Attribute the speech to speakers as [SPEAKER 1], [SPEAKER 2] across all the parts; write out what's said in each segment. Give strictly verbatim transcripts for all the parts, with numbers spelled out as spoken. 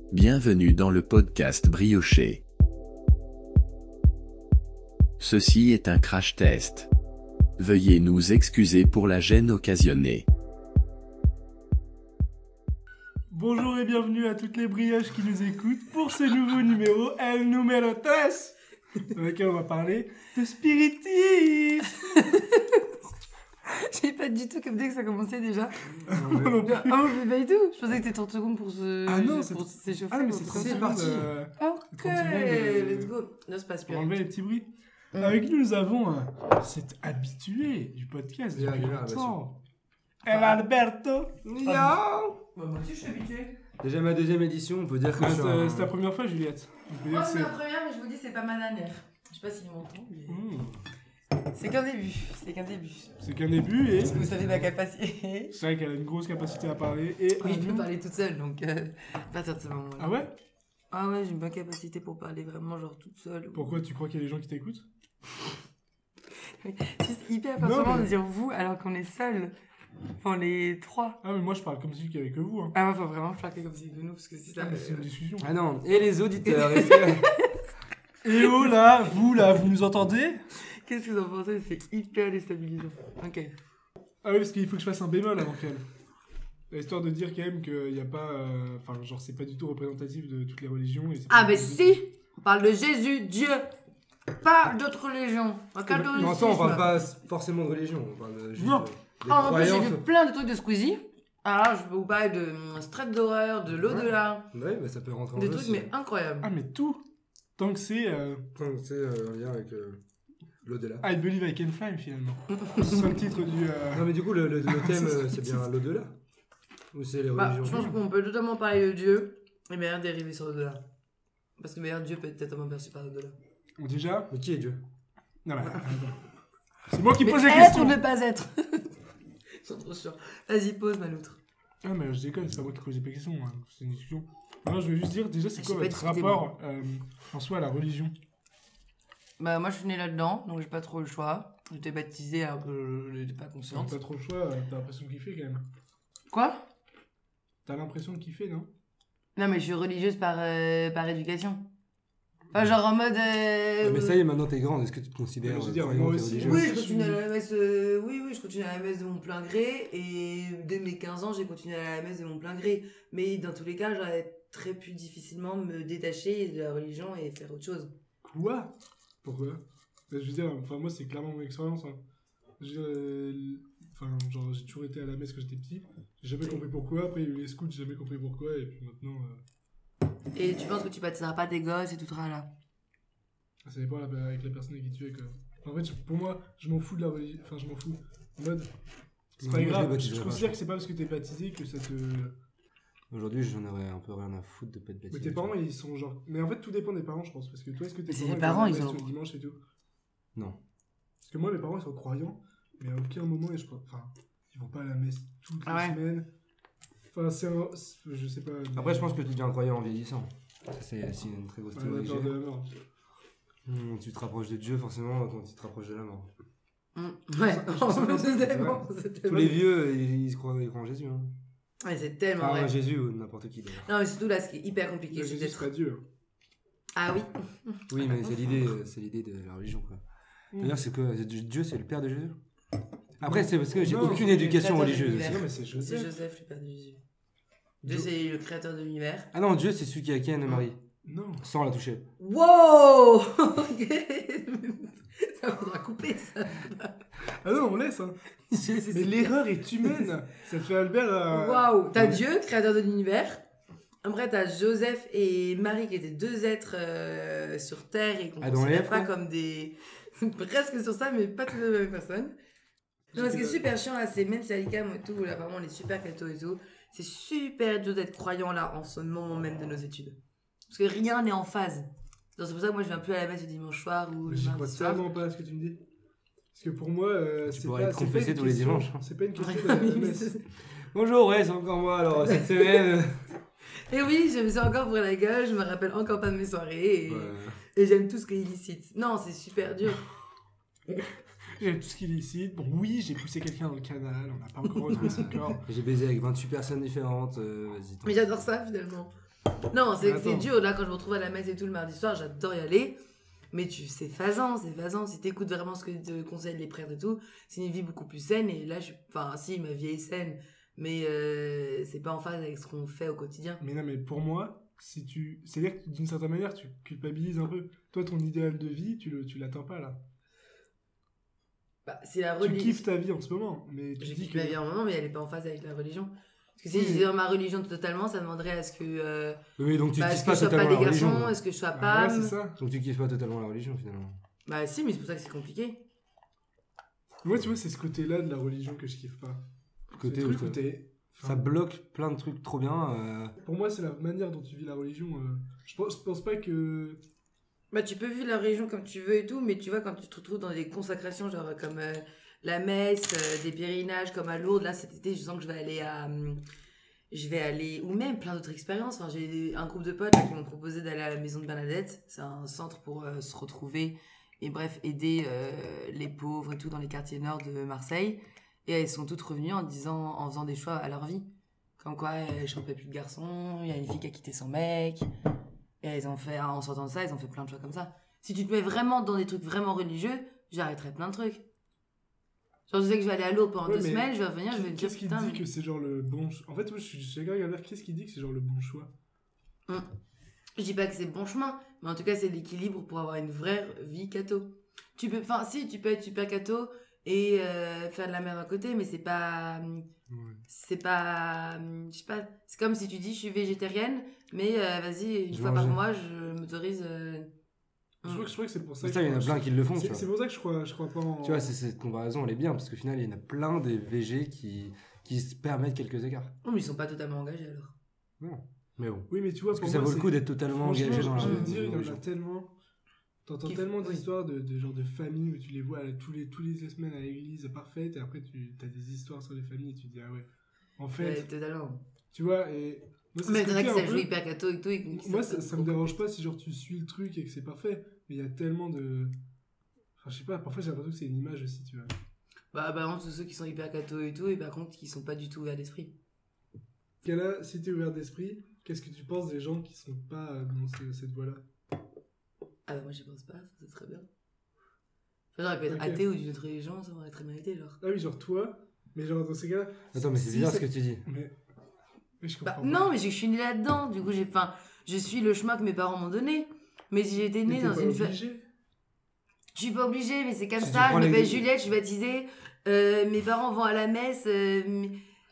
[SPEAKER 1] Bienvenue dans le podcast Brioché. Ceci est un crash test. Veuillez nous excuser pour la gêne occasionnée.
[SPEAKER 2] Bonjour et bienvenue à toutes les brioches qui nous écoutent pour ce nouveau numéro, El Numéro tres, dans lequel on va parler de spiritisme.
[SPEAKER 3] J'ai pas du tout capté que ça commençait déjà.
[SPEAKER 2] Ah non plus.
[SPEAKER 3] Ah non, je pas du tout. Je pensais que c'était trente secondes pour se
[SPEAKER 2] Ah non, c'est
[SPEAKER 3] pour s'échauffer.
[SPEAKER 2] Ah mais
[SPEAKER 3] pour
[SPEAKER 2] c'est
[SPEAKER 3] se-
[SPEAKER 2] trente
[SPEAKER 4] c'est
[SPEAKER 2] secondes,
[SPEAKER 4] parti.
[SPEAKER 2] euh,
[SPEAKER 3] Ok,
[SPEAKER 2] trente secondes, euh,
[SPEAKER 3] let's go. Non, c'est pas
[SPEAKER 2] pour
[SPEAKER 3] spirit.
[SPEAKER 2] enlever les petits bruits.
[SPEAKER 3] Mm.
[SPEAKER 2] Avec nous, nous avons euh, cet habitué du podcast
[SPEAKER 4] Bien,
[SPEAKER 2] depuis
[SPEAKER 4] bien,
[SPEAKER 2] longtemps. El Alberto.
[SPEAKER 4] Yo
[SPEAKER 3] Bah, moi aussi, je suis habituée.
[SPEAKER 4] Déjà ma deuxième édition, on peut dire que
[SPEAKER 2] Ah,
[SPEAKER 4] je suis
[SPEAKER 2] c'est
[SPEAKER 4] un-
[SPEAKER 2] c'est ta première fois, Juliette. On peut dire
[SPEAKER 3] Moi,
[SPEAKER 2] que
[SPEAKER 3] c'est
[SPEAKER 2] c'est...
[SPEAKER 3] ma première, mais je vous dis, c'est pas ma dernière. Je sais pas s'il m'entend, mais.
[SPEAKER 2] Mmh.
[SPEAKER 3] C'est qu'un début. C'est qu'un début.
[SPEAKER 2] C'est qu'un début et...
[SPEAKER 3] Parce que vous savez ma capacité.
[SPEAKER 2] C'est vrai qu'elle a une grosse capacité à parler et...
[SPEAKER 3] Oui,
[SPEAKER 2] à
[SPEAKER 3] je peux
[SPEAKER 2] nous-
[SPEAKER 3] parler toute seule, donc euh, à partir de ce moment-là.
[SPEAKER 2] Ah ouais?
[SPEAKER 3] Ah ouais, j'ai une bonne capacité pour parler vraiment, genre toute seule.
[SPEAKER 2] Pourquoi tu crois qu'il y a des gens qui t'écoutent?
[SPEAKER 3] C'est hyper
[SPEAKER 2] Non,
[SPEAKER 3] perturbant
[SPEAKER 2] mais-
[SPEAKER 3] de dire vous alors qu'on est seuls. Enfin, les trois.
[SPEAKER 2] Ah mais moi je parle comme si qu'il y avait que vous hein.
[SPEAKER 3] Ah ouais, faut vraiment flaquer comme si que nous, parce que c'est ça.
[SPEAKER 2] Ah, mais c'est
[SPEAKER 3] euh,
[SPEAKER 2] une discussion.
[SPEAKER 4] Ah non, et les auditeurs, est-ce que-
[SPEAKER 2] Et oh là, vous là, vous nous entendez?
[SPEAKER 3] Qu'est-ce que vous en pensez? C'est hyper déstabilisant. Ok.
[SPEAKER 2] Ah oui, parce qu'il faut que je fasse un bémol avant qu'elle. Histoire de dire quand même qu'il n'y a pas... euh, Enfin, genre, c'est pas du tout représentatif de toutes les religions. Et c'est
[SPEAKER 3] Ah,
[SPEAKER 2] pas
[SPEAKER 3] mais
[SPEAKER 2] du tout-
[SPEAKER 3] si! On parle de Jésus, Dieu, pas d'autres religions. Un
[SPEAKER 4] Non,
[SPEAKER 3] catholicisme.
[SPEAKER 4] ça, on parle pas forcément de religion, on parle juste
[SPEAKER 2] Non.
[SPEAKER 4] de, des
[SPEAKER 3] Ah, en plus, j'ai
[SPEAKER 4] croyances.
[SPEAKER 3] vu plein de trucs de Squeezie. Alors, je peux vous parler de euh, Strait d'horreur, de l'au-delà.
[SPEAKER 4] Ouais, bah ça peut rentrer en
[SPEAKER 3] Des
[SPEAKER 4] jeu
[SPEAKER 3] trucs,
[SPEAKER 4] aussi.
[SPEAKER 3] mais incroyables.
[SPEAKER 2] Ah mais tout. Tant que c'est... Euh...
[SPEAKER 4] Tant que c'est euh, en lien avec euh, l'au-delà.
[SPEAKER 2] I Believe I Can Fly finalement. C'est ça le titre du... euh,
[SPEAKER 4] Non mais du coup, le, le, le thème, euh, c'est bien l'au-delà? Ou c'est les
[SPEAKER 3] Bah, je
[SPEAKER 4] religions?
[SPEAKER 3] pense qu'on peut totalement parler de Dieu et bien dériver sur l'au-delà. Parce que meilleur Dieu peut être totalement perçu par l'au-delà.
[SPEAKER 2] Déjà...
[SPEAKER 4] Mais qui est Dieu?
[SPEAKER 2] Non mais... attends. C'est moi qui
[SPEAKER 3] Mais
[SPEAKER 2] pose la
[SPEAKER 3] être
[SPEAKER 2] question.
[SPEAKER 3] ou ne pas être? Ils sont trop chiants. Vas-y, pose ma loutre.
[SPEAKER 2] Ah mais je déconne, c'est pas moi qui pose les questions. Hein. C'est une discussion. Non, je veux juste dire, déjà, c'est
[SPEAKER 3] Ah,
[SPEAKER 2] quoi
[SPEAKER 3] j'ai pas
[SPEAKER 2] votre
[SPEAKER 3] discuté,
[SPEAKER 2] rapport euh, en soi à la religion?
[SPEAKER 3] Bah, moi je suis née là-dedans, donc j'ai pas trop le choix. J'étais baptisée alors que je n'étais pas consciente.
[SPEAKER 2] T'as trop le choix, euh, t'as l'impression de kiffer quand même.
[SPEAKER 3] Quoi?
[SPEAKER 2] T'as l'impression de kiffer, non?
[SPEAKER 3] Non, mais je suis religieuse par, euh, par éducation. Enfin, genre en mode. euh,
[SPEAKER 4] Ouais, mais ça y est, maintenant t'es grande, est-ce que tu te considères
[SPEAKER 2] Mais je veux
[SPEAKER 4] euh,
[SPEAKER 2] dire,
[SPEAKER 4] croyante
[SPEAKER 2] moi
[SPEAKER 4] et
[SPEAKER 2] aussi,
[SPEAKER 4] religieuse?
[SPEAKER 3] Oui,
[SPEAKER 2] je
[SPEAKER 3] je continue
[SPEAKER 2] suis-
[SPEAKER 3] à la messe. euh, Oui, oui, je continue à la messe de mon plein gré. Et dès mes quinze ans, j'ai continué à la messe de mon plein gré. Mais dans tous les cas, j'aurais très pu difficilement me détacher de la religion et faire autre chose.
[SPEAKER 2] Quoi? Pourquoi? Je veux dire, enfin moi c'est clairement mon expérience. Hein. Je veux dire, euh, enfin genre j'ai toujours été à la messe quand j'étais petit. J'ai jamais compris pourquoi. Après il y a eu les scouts, j'ai jamais compris pourquoi. Et puis maintenant, euh,
[SPEAKER 3] Et tu penses que tu baptiseras pas tes gosses et tout ça là?
[SPEAKER 2] ça dépend la- avec la personne avec qui tu es quoi. En fait, je- pour moi, je m'en fous de la religion. Enfin je m'en fous. En mode, c'est
[SPEAKER 4] Non,
[SPEAKER 2] pas
[SPEAKER 4] moi, je les
[SPEAKER 2] grave.
[SPEAKER 4] baptiserai
[SPEAKER 2] Je
[SPEAKER 4] pas,
[SPEAKER 2] considère
[SPEAKER 4] je
[SPEAKER 2] que c'est pas parce que t'es baptisé que ça te.
[SPEAKER 4] Aujourd'hui, j'en aurais un peu rien à foutre de pas être
[SPEAKER 2] Mais
[SPEAKER 4] baptisé.
[SPEAKER 2] tes
[SPEAKER 4] tu
[SPEAKER 2] parents
[SPEAKER 4] vois.
[SPEAKER 2] ils sont genre. Mais en fait tout dépend des parents je pense. Parce que toi est-ce que tes
[SPEAKER 3] Mais c'est
[SPEAKER 2] parents
[SPEAKER 3] les parents,
[SPEAKER 2] vont à la
[SPEAKER 3] ils
[SPEAKER 2] messe
[SPEAKER 3] ont-
[SPEAKER 2] tous les dimanches et tout?
[SPEAKER 4] Non.
[SPEAKER 2] Parce que moi, mes parents, ils sont croyants, mais à aucun moment, ils, je crois, enfin, ils vont pas à la messe toutes
[SPEAKER 3] Ah
[SPEAKER 2] les
[SPEAKER 3] ouais.
[SPEAKER 2] semaines. Enfin, c'est un... c'est- Je sais pas... mais-
[SPEAKER 4] Après, je pense que tu deviens croyant en vieillissant. Ça, c'est aussi une très grosse
[SPEAKER 2] Ouais,
[SPEAKER 4] théorie.
[SPEAKER 2] la
[SPEAKER 4] que
[SPEAKER 2] peur
[SPEAKER 4] j'ai.
[SPEAKER 2] de la mort.
[SPEAKER 4] Hmm, tu te rapproches de Dieu forcément quand tu te rapproches de la mort.
[SPEAKER 3] Mm. Ouais, c'est tellement. c'est
[SPEAKER 4] Tous
[SPEAKER 3] tellement-
[SPEAKER 4] les vieux, ils, ils se croient, ils croient en Jésus. Hein.
[SPEAKER 3] Ouais, c'est tellement
[SPEAKER 4] Enfin,
[SPEAKER 3] vrai.
[SPEAKER 4] Jésus ou n'importe qui d'ailleurs.
[SPEAKER 3] Non, mais surtout là, ce qui est hyper
[SPEAKER 2] Mais
[SPEAKER 3] compliqué, c'est
[SPEAKER 2] Jésus
[SPEAKER 3] d'être.
[SPEAKER 2] sera Dieu.
[SPEAKER 3] Ah oui.
[SPEAKER 4] Oui, mais c'est l'idée, euh, c'est l'idée de la religion quoi. D'ailleurs, c'est que c'est- Dieu, c'est le père de Jésus. Après, c'est parce que j'ai
[SPEAKER 2] Non,
[SPEAKER 4] aucune
[SPEAKER 3] c'est
[SPEAKER 4] éducation
[SPEAKER 3] le créateur de
[SPEAKER 4] religieuse.
[SPEAKER 3] l'univers.
[SPEAKER 2] Non, mais c'est
[SPEAKER 3] C'est
[SPEAKER 2] Joseph.
[SPEAKER 3] Joseph, le père de Jésus. Dieu,
[SPEAKER 2] Dieu-
[SPEAKER 3] c'est le créateur de l'univers.
[SPEAKER 4] Ah non, Dieu, c'est celui qui a Ken et Marie,
[SPEAKER 2] Non.
[SPEAKER 4] sans la toucher.
[SPEAKER 3] Wow. Ça faudra couper ça.
[SPEAKER 2] Ah non, on laisse, hein. Mais l'erreur est humaine. Ça fait Albert... euh,
[SPEAKER 3] Waouh. T'as Dieu, créateur de l'univers. Après, t'as Joseph et Marie qui étaient deux êtres euh, sur Terre et qu'on ne
[SPEAKER 4] Adam et
[SPEAKER 3] considère
[SPEAKER 4] Ève,
[SPEAKER 3] pas
[SPEAKER 4] quoi.
[SPEAKER 3] comme des. presque sur ça, mais pas toutes les mêmes personnes. Non, ce qui est super chiant là, c'est même si Alika, moi et tout, là, apparemment, on est super catho et tout, c'est super dur d'être croyant là en ce moment même de nos études. Parce que rien n'est en phase. Donc, c'est pour ça que moi je viens plus à la messe le dimanche soir ou
[SPEAKER 2] Mais
[SPEAKER 3] le
[SPEAKER 2] j'y crois
[SPEAKER 3] mardi soir.
[SPEAKER 2] tellement pas à ce que tu me dis. Parce que pour moi, euh,
[SPEAKER 4] Tu
[SPEAKER 2] c'est
[SPEAKER 4] pourrais
[SPEAKER 2] pas,
[SPEAKER 4] être
[SPEAKER 2] c'est pas
[SPEAKER 4] confessé
[SPEAKER 2] une
[SPEAKER 4] tous les
[SPEAKER 2] question-
[SPEAKER 4] dimanches, hein.
[SPEAKER 2] C'est pas une question de
[SPEAKER 3] Ah
[SPEAKER 2] la
[SPEAKER 3] oui, mais
[SPEAKER 2] messe.
[SPEAKER 3] c'est-
[SPEAKER 4] Bonjour, ouais, c'est encore moi. Alors, cette semaine.
[SPEAKER 3] Et oui, je me suis encore pour la gueule, je me rappelle encore pas de mes soirées et,
[SPEAKER 4] Ouais.
[SPEAKER 3] et j'aime tout ce qui est illicite. Non, c'est super dur.
[SPEAKER 2] J'aime tout ce qui est licite. Bon, oui, j'ai poussé quelqu'un dans le canal, on n'a pas encore retrouvé son corps.
[SPEAKER 4] J'ai baisé avec vingt-huit personnes différentes. euh, vas-y.
[SPEAKER 3] Mais j'adore ça finalement. Non, c'est que c'est
[SPEAKER 2] Attends.
[SPEAKER 3] dur. Là, quand je me retrouve à la messe et tout le mardi soir, j'adore y aller. Mais tu, c'est phasant, c'est phasant. Si t'écoutes vraiment ce que te conseillent les prêtres et tout, c'est une vie beaucoup plus saine. Et là, je, enfin, si, ma vie est saine, mais euh, c'est pas en phase avec ce qu'on fait au quotidien.
[SPEAKER 2] Mais non, mais pour moi, si tu... c'est-à-dire que d'une certaine manière, tu culpabilises un peu. Toi, ton idéal de vie, tu, le, tu l'atteins pas là.
[SPEAKER 3] Bah, c'est la
[SPEAKER 2] Tu
[SPEAKER 3] religion.
[SPEAKER 2] kiffes ta vie en ce moment, mais tu
[SPEAKER 3] Je
[SPEAKER 2] dis
[SPEAKER 3] kiffe
[SPEAKER 2] que...
[SPEAKER 3] ma vie en moment, mais elle est pas en phase avec la religion. Parce que si
[SPEAKER 2] Oui,
[SPEAKER 3] je
[SPEAKER 2] mais-
[SPEAKER 3] disais dans ma religion totalement, ça demanderait à ce que, euh,
[SPEAKER 4] Oui, donc tu
[SPEAKER 3] bah,
[SPEAKER 4] kiffes
[SPEAKER 3] est-ce que
[SPEAKER 4] pas
[SPEAKER 3] je sois pas
[SPEAKER 4] totalement
[SPEAKER 3] des
[SPEAKER 4] la religion.
[SPEAKER 3] garçons,
[SPEAKER 4] quoi.
[SPEAKER 3] est-ce que je sois
[SPEAKER 2] Bah,
[SPEAKER 3] pas.
[SPEAKER 2] voilà, c'est ça.
[SPEAKER 4] Donc tu kiffes pas totalement la religion finalement.
[SPEAKER 3] Bah si, mais c'est pour ça que c'est compliqué.
[SPEAKER 2] Moi, tu vois, c'est ce côté-là de la religion que je kiffe pas.
[SPEAKER 4] Côté
[SPEAKER 2] Ce
[SPEAKER 4] où
[SPEAKER 2] truc
[SPEAKER 4] ça-
[SPEAKER 2] où t'es...
[SPEAKER 4] Ça
[SPEAKER 2] enfin,
[SPEAKER 4] bloque plein de trucs trop bien. euh,
[SPEAKER 2] Pour moi, c'est la manière dont tu vis la religion. euh, Je pense, je pense pas que...
[SPEAKER 3] Bah tu peux vivre la religion comme tu veux et tout, mais tu vois, quand tu te retrouves dans des consacrations, genre comme euh, la messe, euh, des pèlerinages comme à Lourdes, là cet été, je sens que je vais aller à... hum, je vais aller... Ou même plein d'autres expériences. Enfin, j'ai un groupe de potes là, qui m'ont proposé d'aller à la Maison de Bernadette. C'est un centre pour euh, se retrouver et bref, aider euh, les pauvres et tout dans les quartiers nord de Marseille. Et elles sont toutes revenues en disant, en faisant des choix à leur vie. Comme quoi, elles chantaient plus de garçons, il y a une fille qui a quitté son mec. Et elles ont fait, en sortant de ça, elles ont fait plein de choix comme ça. Si tu te mets vraiment dans des trucs vraiment religieux, j'arrêterai plein de trucs. Genre, je sais que je vais aller à Lourdes pendant
[SPEAKER 2] Ouais,
[SPEAKER 3] deux
[SPEAKER 2] mais
[SPEAKER 3] semaines, je vais revenir, je vais me dire
[SPEAKER 2] Qu'est-ce qui
[SPEAKER 3] putain.
[SPEAKER 2] dit
[SPEAKER 3] mais-
[SPEAKER 2] que c'est genre le bon... ch- En fait, moi, je suis je suis d'accord avec Albert. Qu'est-ce qui dit que c'est genre le bon choix?
[SPEAKER 3] Je dis pas que c'est le bon chemin, mais en tout cas, c'est l'équilibre pour avoir une vraie vie catho. Tu peux, enfin, si, tu peux être super catho et euh, faire de la merde à côté, mais c'est pas.
[SPEAKER 4] ouais.
[SPEAKER 3] C'est pas. Je sais pas. C'est comme si tu dis je suis végétarienne, mais euh, vas-y, une
[SPEAKER 4] Je
[SPEAKER 3] fois
[SPEAKER 4] mange.
[SPEAKER 3] par mois, je m'autorise. euh,
[SPEAKER 2] Je crois, que- je crois que c'est pour ça
[SPEAKER 4] Ça,
[SPEAKER 2] que...
[SPEAKER 4] il y en a
[SPEAKER 2] je-
[SPEAKER 4] plein qui le font, tu
[SPEAKER 2] C'est
[SPEAKER 4] vois.
[SPEAKER 2] c'est pour ça que je crois, je crois pas en...
[SPEAKER 4] Tu vois, c'est- cette comparaison, elle est bien, parce qu'au final, il y en a plein des V G qui, qui se permettent quelques écarts.
[SPEAKER 3] Oh, mais ils sont pas totalement engagés alors.
[SPEAKER 4] Mais bon.
[SPEAKER 2] Oui, mais tu vois,
[SPEAKER 4] Parce que
[SPEAKER 2] pour
[SPEAKER 4] ça
[SPEAKER 2] moi,
[SPEAKER 4] vaut le
[SPEAKER 2] c'est-
[SPEAKER 4] coup d'être totalement
[SPEAKER 2] Franchement,
[SPEAKER 4] engagé dans la
[SPEAKER 2] je veux
[SPEAKER 4] dans
[SPEAKER 2] dire,
[SPEAKER 4] la
[SPEAKER 2] il y en a
[SPEAKER 4] religion.
[SPEAKER 2] tellement... T'entends
[SPEAKER 3] Qui-
[SPEAKER 2] tellement
[SPEAKER 3] oui.
[SPEAKER 2] d'histoires de, de genre de familles où tu les vois tous les, tous les semaines à l'église parfaite, et après tu as des histoires sur les familles et tu te dis, ah ouais, en fait,
[SPEAKER 3] Ouais, totalement.
[SPEAKER 2] tu vois, et... Moi, c'est
[SPEAKER 3] Mais
[SPEAKER 2] ce
[SPEAKER 3] t'en as
[SPEAKER 2] côté
[SPEAKER 3] qui
[SPEAKER 2] un
[SPEAKER 3] savent
[SPEAKER 2] peu-
[SPEAKER 3] jouer hyper catho et tout. Et qui
[SPEAKER 2] Moi,
[SPEAKER 3] savent
[SPEAKER 2] ça, ça
[SPEAKER 3] trop
[SPEAKER 2] me
[SPEAKER 3] cool.
[SPEAKER 2] dérange pas si genre tu suis le truc et que c'est parfait, mais il y a tellement de... Enfin, je sais pas, parfois j'ai l'impression que c'est une image aussi, tu vois.
[SPEAKER 3] Bah, par exemple, tous ceux qui sont hyper catho et tout, et par contre, qui sont pas du tout ouverts d'esprit.
[SPEAKER 2] Là, si t'es ouvert d'esprit, qu'est-ce que tu penses des gens qui sont pas euh, dans ce- cette voie-là?
[SPEAKER 3] Ah bah, moi, j'y pense pas, ça c'est très bien. Enfin, j'aurais pu être
[SPEAKER 2] Ok.
[SPEAKER 3] athée ou d'une autre religion, ça m'aurait très bien été, genre.
[SPEAKER 2] Ah oui, genre toi, mais genre dans ces cas-là...
[SPEAKER 4] Attends, mais c'est
[SPEAKER 2] si
[SPEAKER 4] bizarre
[SPEAKER 2] ça-
[SPEAKER 4] ce que tu dis.
[SPEAKER 2] Mais... mais je
[SPEAKER 3] Bah,
[SPEAKER 2] comprends
[SPEAKER 3] non,
[SPEAKER 2] pas.
[SPEAKER 3] mais je je suis née là-dedans, du coup, j'ai. Enfin, je suis le chemin que mes parents m'ont donné. Mais si j'étais
[SPEAKER 2] Mais
[SPEAKER 3] née
[SPEAKER 2] t'es
[SPEAKER 3] dans
[SPEAKER 2] pas
[SPEAKER 3] une famille.
[SPEAKER 2] obligé.
[SPEAKER 3] Je suis pas obligée, mais c'est comme
[SPEAKER 4] Si tu
[SPEAKER 3] ça. Je
[SPEAKER 4] prends
[SPEAKER 3] m'appelle
[SPEAKER 4] les-
[SPEAKER 3] Juliette, je suis baptisée. euh, mes parents vont à la messe. euh, mais-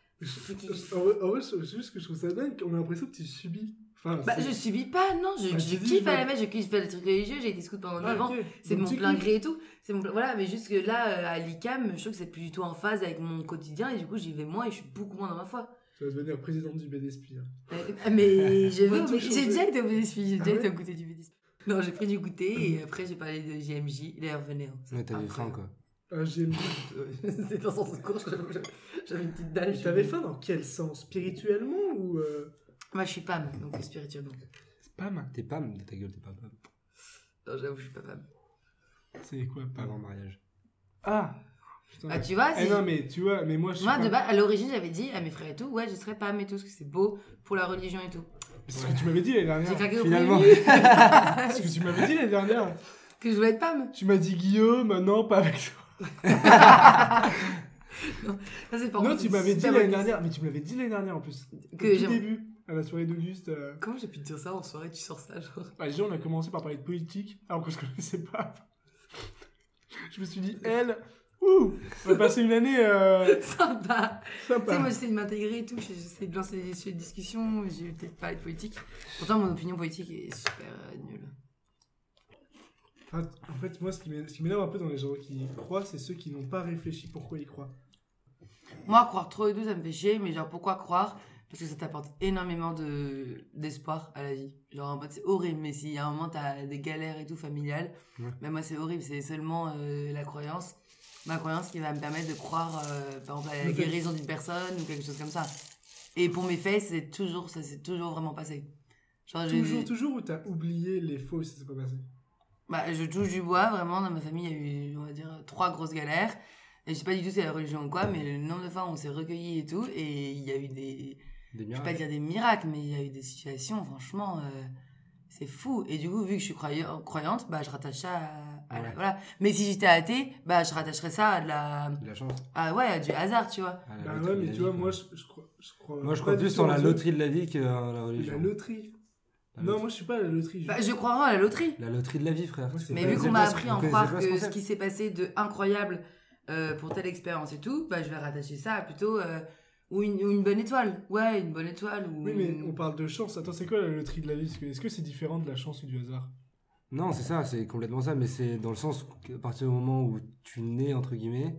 [SPEAKER 2] En vrai, en vrai, c'est juste que je trouve ça dingue, on a l'impression que tu subis. Enfin,
[SPEAKER 3] Bah,
[SPEAKER 2] c'est-
[SPEAKER 3] je subis pas, non. Je,
[SPEAKER 2] Bah,
[SPEAKER 3] je
[SPEAKER 2] tu dis,
[SPEAKER 3] kiffe
[SPEAKER 2] je
[SPEAKER 3] à
[SPEAKER 2] vais-
[SPEAKER 3] la messe, je kiffe faire des trucs religieux. J'ai été scout pendant
[SPEAKER 2] Ah,
[SPEAKER 3] neuf ans.
[SPEAKER 2] ok.
[SPEAKER 3] C'est de
[SPEAKER 2] Donc
[SPEAKER 3] mon
[SPEAKER 2] tu
[SPEAKER 3] plein
[SPEAKER 2] kiffes.
[SPEAKER 3] gré et tout. C'est mon plein- Voilà, mais juste que là, euh, à l'I C A M, je trouve que c'est plus du tout en phase avec mon quotidien. Et du coup, j'y vais moins et je suis beaucoup moins dans ma foi.
[SPEAKER 2] Tu vas devenir présidente du B D S P. hein.
[SPEAKER 3] Euh, mais je
[SPEAKER 2] On va
[SPEAKER 3] veux,
[SPEAKER 2] tout
[SPEAKER 3] mais
[SPEAKER 2] changer.
[SPEAKER 3] j'ai déjà été au B D S P, j'ai
[SPEAKER 2] Ah
[SPEAKER 3] déjà
[SPEAKER 2] ouais
[SPEAKER 3] été au goûter du B D S P. Non, j'ai pris du goûter et après j'ai parlé de J M J. D'ailleurs, venez. hein, c'est
[SPEAKER 4] Ouais, t'avais faim,
[SPEAKER 3] incroyable.
[SPEAKER 4] quoi.
[SPEAKER 2] Ah, j'ai aimé.
[SPEAKER 3] C'était dans son cours, j'avais j'avais une petite dalle.
[SPEAKER 2] Et T'avais faim dans quel sens? Spirituellement ou. Euh...
[SPEAKER 3] Moi, je suis Pam, donc spirituellement.
[SPEAKER 2] Spam?
[SPEAKER 4] T'es Pam, ta gueule, t'es pas Pam.
[SPEAKER 3] Non, j'avoue, je suis pas Pam.
[SPEAKER 2] C'est quoi,
[SPEAKER 4] Pas avant
[SPEAKER 2] Pam?
[SPEAKER 4] mariage.
[SPEAKER 2] Ah Putain.
[SPEAKER 3] Ah, tu vois,
[SPEAKER 2] Eh
[SPEAKER 3] si-
[SPEAKER 2] non, mais tu vois, mais moi je suis.
[SPEAKER 3] Moi,
[SPEAKER 2] pas-
[SPEAKER 3] de base, à l'origine, j'avais dit à mes frères et tout, ouais, je serais Pam et tout, parce que c'est beau pour la religion et tout.
[SPEAKER 2] C'est ce que tu m'avais dit l'année
[SPEAKER 3] J'ai
[SPEAKER 2] dernière.
[SPEAKER 3] craqué au
[SPEAKER 4] Finalement.
[SPEAKER 3] premier venu.
[SPEAKER 2] C'est ce que tu m'avais dit l'année dernière.
[SPEAKER 3] Que je voulais être Pam.
[SPEAKER 2] Tu m'as dit Guillaume, non, pas avec toi.
[SPEAKER 3] Ça, c'est par
[SPEAKER 2] Non,
[SPEAKER 3] contre
[SPEAKER 2] tu
[SPEAKER 3] une
[SPEAKER 2] m'avais dit
[SPEAKER 3] super
[SPEAKER 2] l'année
[SPEAKER 3] bonne
[SPEAKER 2] dernière, mais tu me l'avais dit l'année dernière en plus.
[SPEAKER 3] Que
[SPEAKER 2] Au tout
[SPEAKER 3] j'aime-
[SPEAKER 2] début, à la soirée d'Auguste. euh,
[SPEAKER 3] Comment j'ai pu te dire ça en soirée, tu sors ça, genre.
[SPEAKER 2] Bah, déjà, on a commencé par parler de politique, alors que je connaissais pas. Je me suis dit, elle, ouh, on va passer une année euh,
[SPEAKER 3] Sympa. Tu sais,
[SPEAKER 2] sympa.
[SPEAKER 3] moi, j'essaie de m'intégrer et tout, j'essaie de lancer des sujets de discussion, j'ai peut-être parlé de politique. Pourtant, mon opinion politique est super euh, nulle.
[SPEAKER 2] Enfin, en fait, moi, ce qui m'é- ce qui m'énerve un peu dans les gens qui croient, c'est ceux qui n'ont pas réfléchi pourquoi ils croient.
[SPEAKER 3] Moi, croire trop et tout, ça me fait chier, mais genre, pourquoi croire? Parce que ça t'apporte énormément de d'espoir à la vie. Genre, en mode, c'est horrible, mais si à un moment t'as des galères et tout familiales,
[SPEAKER 4] Ouais.
[SPEAKER 3] mais moi, c'est horrible, c'est seulement euh, la croyance. Ma croyance qui va me permettre de croire, euh, par exemple, à la
[SPEAKER 2] Le fait-
[SPEAKER 3] guérison d'une personne ou quelque chose comme ça. Et pour mes faits, c'est toujours, ça s'est toujours vraiment passé. Genre, j'ai-
[SPEAKER 2] Toujours, toujours, ou t'as oublié les faux et ça s'est pas passé?
[SPEAKER 3] Bah, je touche du bois, vraiment, dans ma famille, il y a eu, on va dire, trois grosses galères. Et je sais pas du tout si c'est la religion ou quoi, mais le nombre de fois où on s'est recueillis et tout, et il y a eu des,
[SPEAKER 4] Des
[SPEAKER 3] Je vais pas
[SPEAKER 4] miracles.
[SPEAKER 3] dire des miracles, mais il y a eu des situations, franchement, euh, c'est fou. Et du coup, vu que je suis croya- croyante, bah, je rattache ça à, à la-
[SPEAKER 4] Ouais.
[SPEAKER 3] voilà. Mais si j'étais athée, bah, je rattacherais ça à de la,
[SPEAKER 4] De la chance.
[SPEAKER 3] à, ouais, à du hasard, tu vois.
[SPEAKER 4] À la
[SPEAKER 2] Bah
[SPEAKER 4] loterie
[SPEAKER 2] ouais,
[SPEAKER 4] de
[SPEAKER 2] mais
[SPEAKER 4] la
[SPEAKER 2] tu
[SPEAKER 4] vie,
[SPEAKER 2] vois,
[SPEAKER 4] quoi.
[SPEAKER 2] moi, je, je crois, je crois.
[SPEAKER 4] Moi, je
[SPEAKER 2] pas
[SPEAKER 4] crois
[SPEAKER 2] du
[SPEAKER 4] plus
[SPEAKER 2] tout
[SPEAKER 4] en la
[SPEAKER 2] ça.
[SPEAKER 4] loterie de la vie qu'en la religion.
[SPEAKER 2] La loterie.
[SPEAKER 4] La
[SPEAKER 2] Non,
[SPEAKER 4] loterie.
[SPEAKER 2] moi, je suis pas à la loterie.
[SPEAKER 3] Bah, je crois vraiment à la loterie.
[SPEAKER 4] La loterie de la vie, frère.
[SPEAKER 2] Moi, c'est
[SPEAKER 3] Mais
[SPEAKER 2] pas-
[SPEAKER 3] vu
[SPEAKER 2] vous
[SPEAKER 3] qu'on
[SPEAKER 2] êtes
[SPEAKER 3] m'a
[SPEAKER 2] pas-
[SPEAKER 3] appris
[SPEAKER 4] vous
[SPEAKER 3] à en
[SPEAKER 4] connaissez
[SPEAKER 3] croire
[SPEAKER 4] pas
[SPEAKER 3] que
[SPEAKER 4] ce
[SPEAKER 3] ce
[SPEAKER 4] concept
[SPEAKER 3] qui s'est passé de incroyable euh, pour telle expérience et tout, bah, je vais rattacher ça à plutôt euh, ou, une, ou une bonne étoile. Ouais, une bonne étoile. Ou...
[SPEAKER 2] Oui, mais on parle de chance. Attends, c'est quoi la loterie de la vie? Parce que- Est-ce que c'est différent de la chance ou du hasard?
[SPEAKER 4] Non, c'est ça, c'est complètement ça, mais c'est dans le sens qu'à partir du moment où tu nais, entre guillemets,